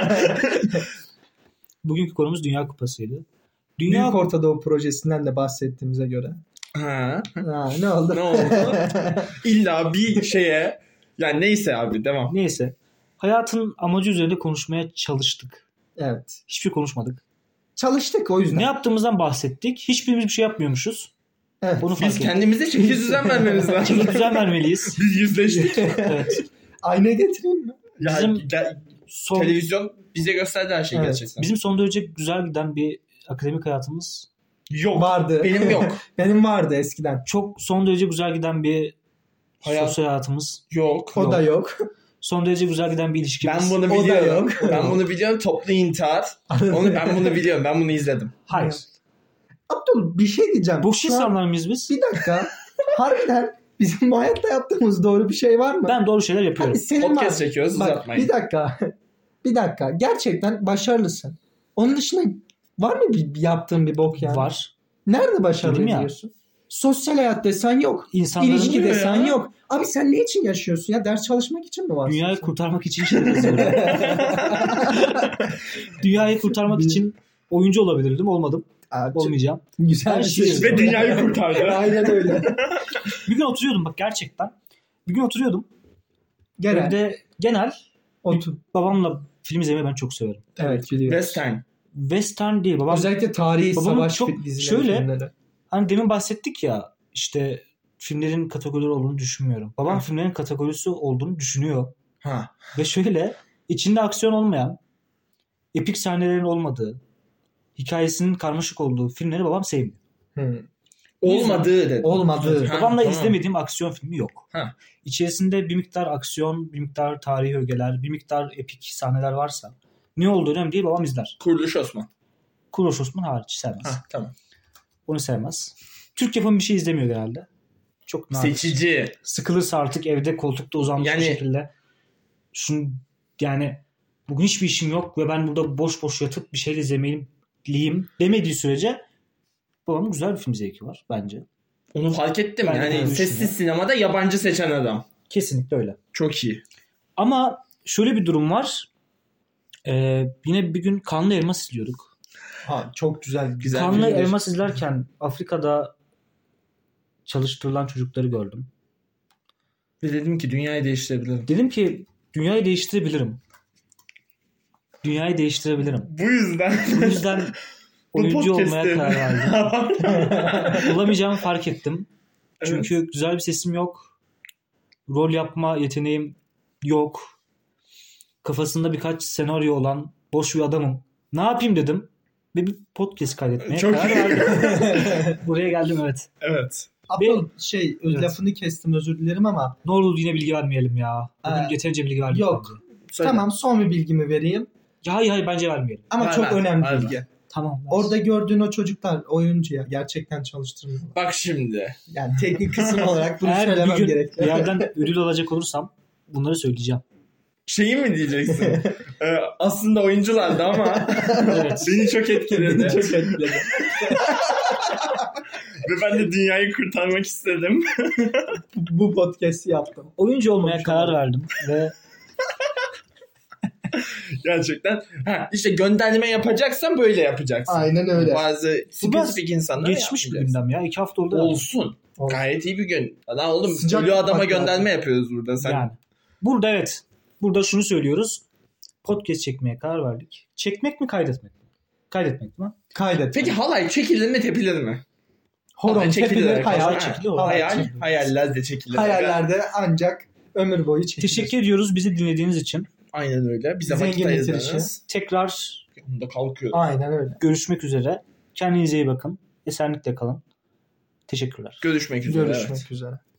A: Bugünkü konumuz Dünya Kupası'ydı. Dünya
C: Büyük Orta Doğu projesinden de bahsettiğimize göre.
B: Ha,
C: Ha, ne oldu?
B: ne oldu? İlla bir şeye yani neyse abi devam.
A: Neyse. Hayatın amacı üzerinde konuşmaya çalıştık.
C: Evet.
A: Hiçbir şey konuşmadık.
C: Çalıştık o yüzden.
A: Ne yaptığımızdan bahsettik. Hiçbirimiz bir şey yapmıyormuşuz.
C: Evet.
A: Onu fark
B: Biz
A: ettik.
B: kendimize çeki düzen vermemiz lazım.
A: Çeki düzen vermeliyiz.
B: Biz yüzleştik.
A: Evet.
C: Ayna getireyim mi?
B: Ya,
A: Bizim
B: gel-
A: son,
B: televizyon bize gösterdi her şeyi
C: Evet.
B: gerçekten.
A: bizim son derece güzel giden bir akademik hayatımız.
B: Yok.
C: Vardı.
B: Benim yok.
C: Benim vardı eskiden.
A: Çok son derece güzel giden bir
B: Hayat-
A: sosyal hayatımız.
B: Yok.
C: O da yok.
A: Son derece güzel giden bir ilişkimiz.
B: Ben bunu
C: O da
B: biliyorum.
C: yok.
B: Ben bunu biliyorum. Toplu intihar. Onu ben bunu biliyorum. Ben bunu izledim.
A: Hayır.
C: Abdul bir şey diyeceğim.
A: Boş
C: Şu an-
A: insanlar mıyız biz?
C: Bir dakika. Harbiden bizim bu hayatta yaptığımız doğru bir şey var mı?
A: Ben doğru şeyler yapıyorum.
C: Hani senin
B: Podcast
C: var.
B: çekiyoruz.
C: Bak
B: Uzatmayın.
C: bir dakika. Bir dakika. Gerçekten başarılısın. Onun dışında var mı bir, bir yaptığın bir bok yani?
A: Var.
C: Nerede başarılı
A: Dedim ya.
C: diyorsun? Sosyal hayat desen yok.
A: İnsanların
C: İlişki
B: Değil mi
C: desen
B: ya?
C: yok. Abi sen ne için yaşıyorsun ya? Ders çalışmak için mi varsın?
A: dünyayı
C: sen?
A: kurtarmak için şey yazıyorum. Dünyayı kurtarmak için oyuncu olabilirdim. Olmadım.
C: Aa, çok
A: Olmayacağım.
C: güzel
A: Her
C: bir
A: şey-
C: şey.
B: Ve dünyayı kurtardı.
C: Aynen öyle.
A: Bir gün oturuyordum bak gerçekten. Bir gün oturuyordum.
C: Genel.
A: Evde genel
C: Otur.
A: babamla film izlemeyi ben çok severim.
C: Evet biliyorum.
B: Western.
A: Western değil. Babam
C: Özellikle tarihi
A: Babamın
C: savaş
A: çok-
C: dizileri,
A: şöyle-
C: filmleri.
A: hani demin bahsettik ya işte filmlerin kategorileri olduğunu düşünmüyorum. Babam
B: Ha.
A: filmlerin kategorisi olduğunu düşünüyor.
B: Ha.
A: Ve şöyle içinde aksiyon olmayan, epik sahnelerin olmadığı, hikayesinin karmaşık olduğu filmleri babam sevmiyor.
C: Hmm.
B: Olmadığı dedi.
C: Olmadığı.
B: Ha,
A: Babamla
B: tamam.
A: izlemediğim aksiyon filmi yok.
B: Ha.
A: İçerisinde bir miktar aksiyon, bir miktar tarihi ögeler, bir miktar epik sahneler varsa ne olduğu önemli değil, babam izler.
B: Kuruluş Osman.
A: Kuroş Osman hariç sevmez.
B: Ha, tamam.
A: Onu sevmez. Türk yapımı bir şey izlemiyor genelde. Çok nadir.
B: Seçici.
A: Sıkılırsa artık evde koltukta uzanmış
B: Yani-
A: bir şekilde şunu yani bugün hiçbir işim yok ve ben burada boş boş yatıp bir şeyler izlemeliyim demediği sürece babamın güzel bir film zevki var bence.
B: Onu fark ettim.
A: Ben de
B: yani
A: öyle
B: sessiz
A: düşünüyorum.
B: sinemada yabancı seçen adam.
A: Kesinlikle öyle.
B: Çok iyi.
A: Ama şöyle bir durum var. Ee, yine bir gün Kanlı Elmas izliyorduk.
C: Ha, çok güzel.
B: Güzel
A: Kanlı
B: filmdir.
A: Elmas izlerken Afrika'da çalıştırılan çocukları gördüm.
B: Ve dedim ki dünyayı değiştirebilirim.
A: Dedim ki dünyayı değiştirebilirim. Dünyayı değiştirebilirim.
B: Bu yüzden
A: Bu yüzden
B: Bu
A: oyuncu olmaya
B: podcast'te-
A: karar verdim. Olamayacağımı fark ettim.
B: Evet.
A: Çünkü güzel bir sesim yok. Rol yapma yeteneğim yok. Kafasında birkaç senaryo olan boş bir adamım. Ne yapayım dedim. Ve bir podcast kaydetmeye
B: Çok
A: karar
B: iyi.
A: verdim. Buraya geldim evet.
B: Evet.
C: Abdul şey
A: Evet.
C: lafını kestim, özür dilerim ama
A: Ne olur yine bilgi vermeyelim ya. Bugün
C: Ee,
A: yeterince bilgi verdik.
C: yok.
A: bence.
B: Söyle.
C: tamam, son bir bilgimi vereyim
A: Ya hayır hayır bence vermeyelim.
C: ama
B: Ver,
C: çok
B: ver,
C: önemli
B: ver,
C: bilgi.
B: ver.
A: Tamam. ver.
C: Orada gördüğün o çocuklar oyuncuya gerçekten çalıştırmıyor.
B: Bak şimdi.
C: Yani teknik kısım olarak bunu
A: Eğer bir
C: söylemem
A: gün
C: gerekiyor.
A: bir yerden ödül alacak olursam bunları söyleyeceğim.
B: Şeyi mi diyeceksin? Ee, aslında oyunculardı ama
A: Evet.
B: beni çok etkiledi.
C: Beni çok etkiledi.
B: Ve ben de dünyayı kurtarmak istedim.
C: Bu podcast'i yaptım.
A: Oyuncu olmaya
C: Konuşalım.
A: karar verdim ve
B: Gerçekten. Ha, işte gönderme yapacaksan böyle yapacaksın.
C: Aynen öyle.
B: Bazı spesifik insanlar
A: geçmiş bir gündem ya. İki hafta oldu.
B: Olsun.
C: Olsun.
B: Gayet iyi bir gün. Lan oğlum
C: Sıcak
B: ölü adama
C: tutmak
B: gönderme
C: lazım.
B: yapıyoruz burada. Sen
A: Yani. Burada evet. Burada şunu söylüyoruz. Podcast çekmeye karar verdik. Çekmek mi kaydetmek mi? Kaydetmek mi?
C: Kaydet.
B: Peki halay çekilir mi tepilir mi?
C: Horon
B: Halay çekilir
C: tepilir,
B: arkadaşlar.
C: hayal
B: Ha,
A: çekilir o.
C: Hayal
B: Hayal,
C: çekilir.
B: hayaller de çekilir.
C: Hayallerde ancak ömür boyu çekilir.
A: Teşekkür ediyoruz bizi dinlediğiniz için.
B: Aynen öyle. Bize vakit
C: Zenginleştirişi.
B: ayırdınız.
A: Tekrar
B: Onda kalkıyor.
C: Aynen öyle.
A: görüşmek üzere. Kendinize iyi bakın. Esenlikle kalın. Teşekkürler.
B: Görüşmek üzere.
C: Görüşmek
B: evet.
C: üzere.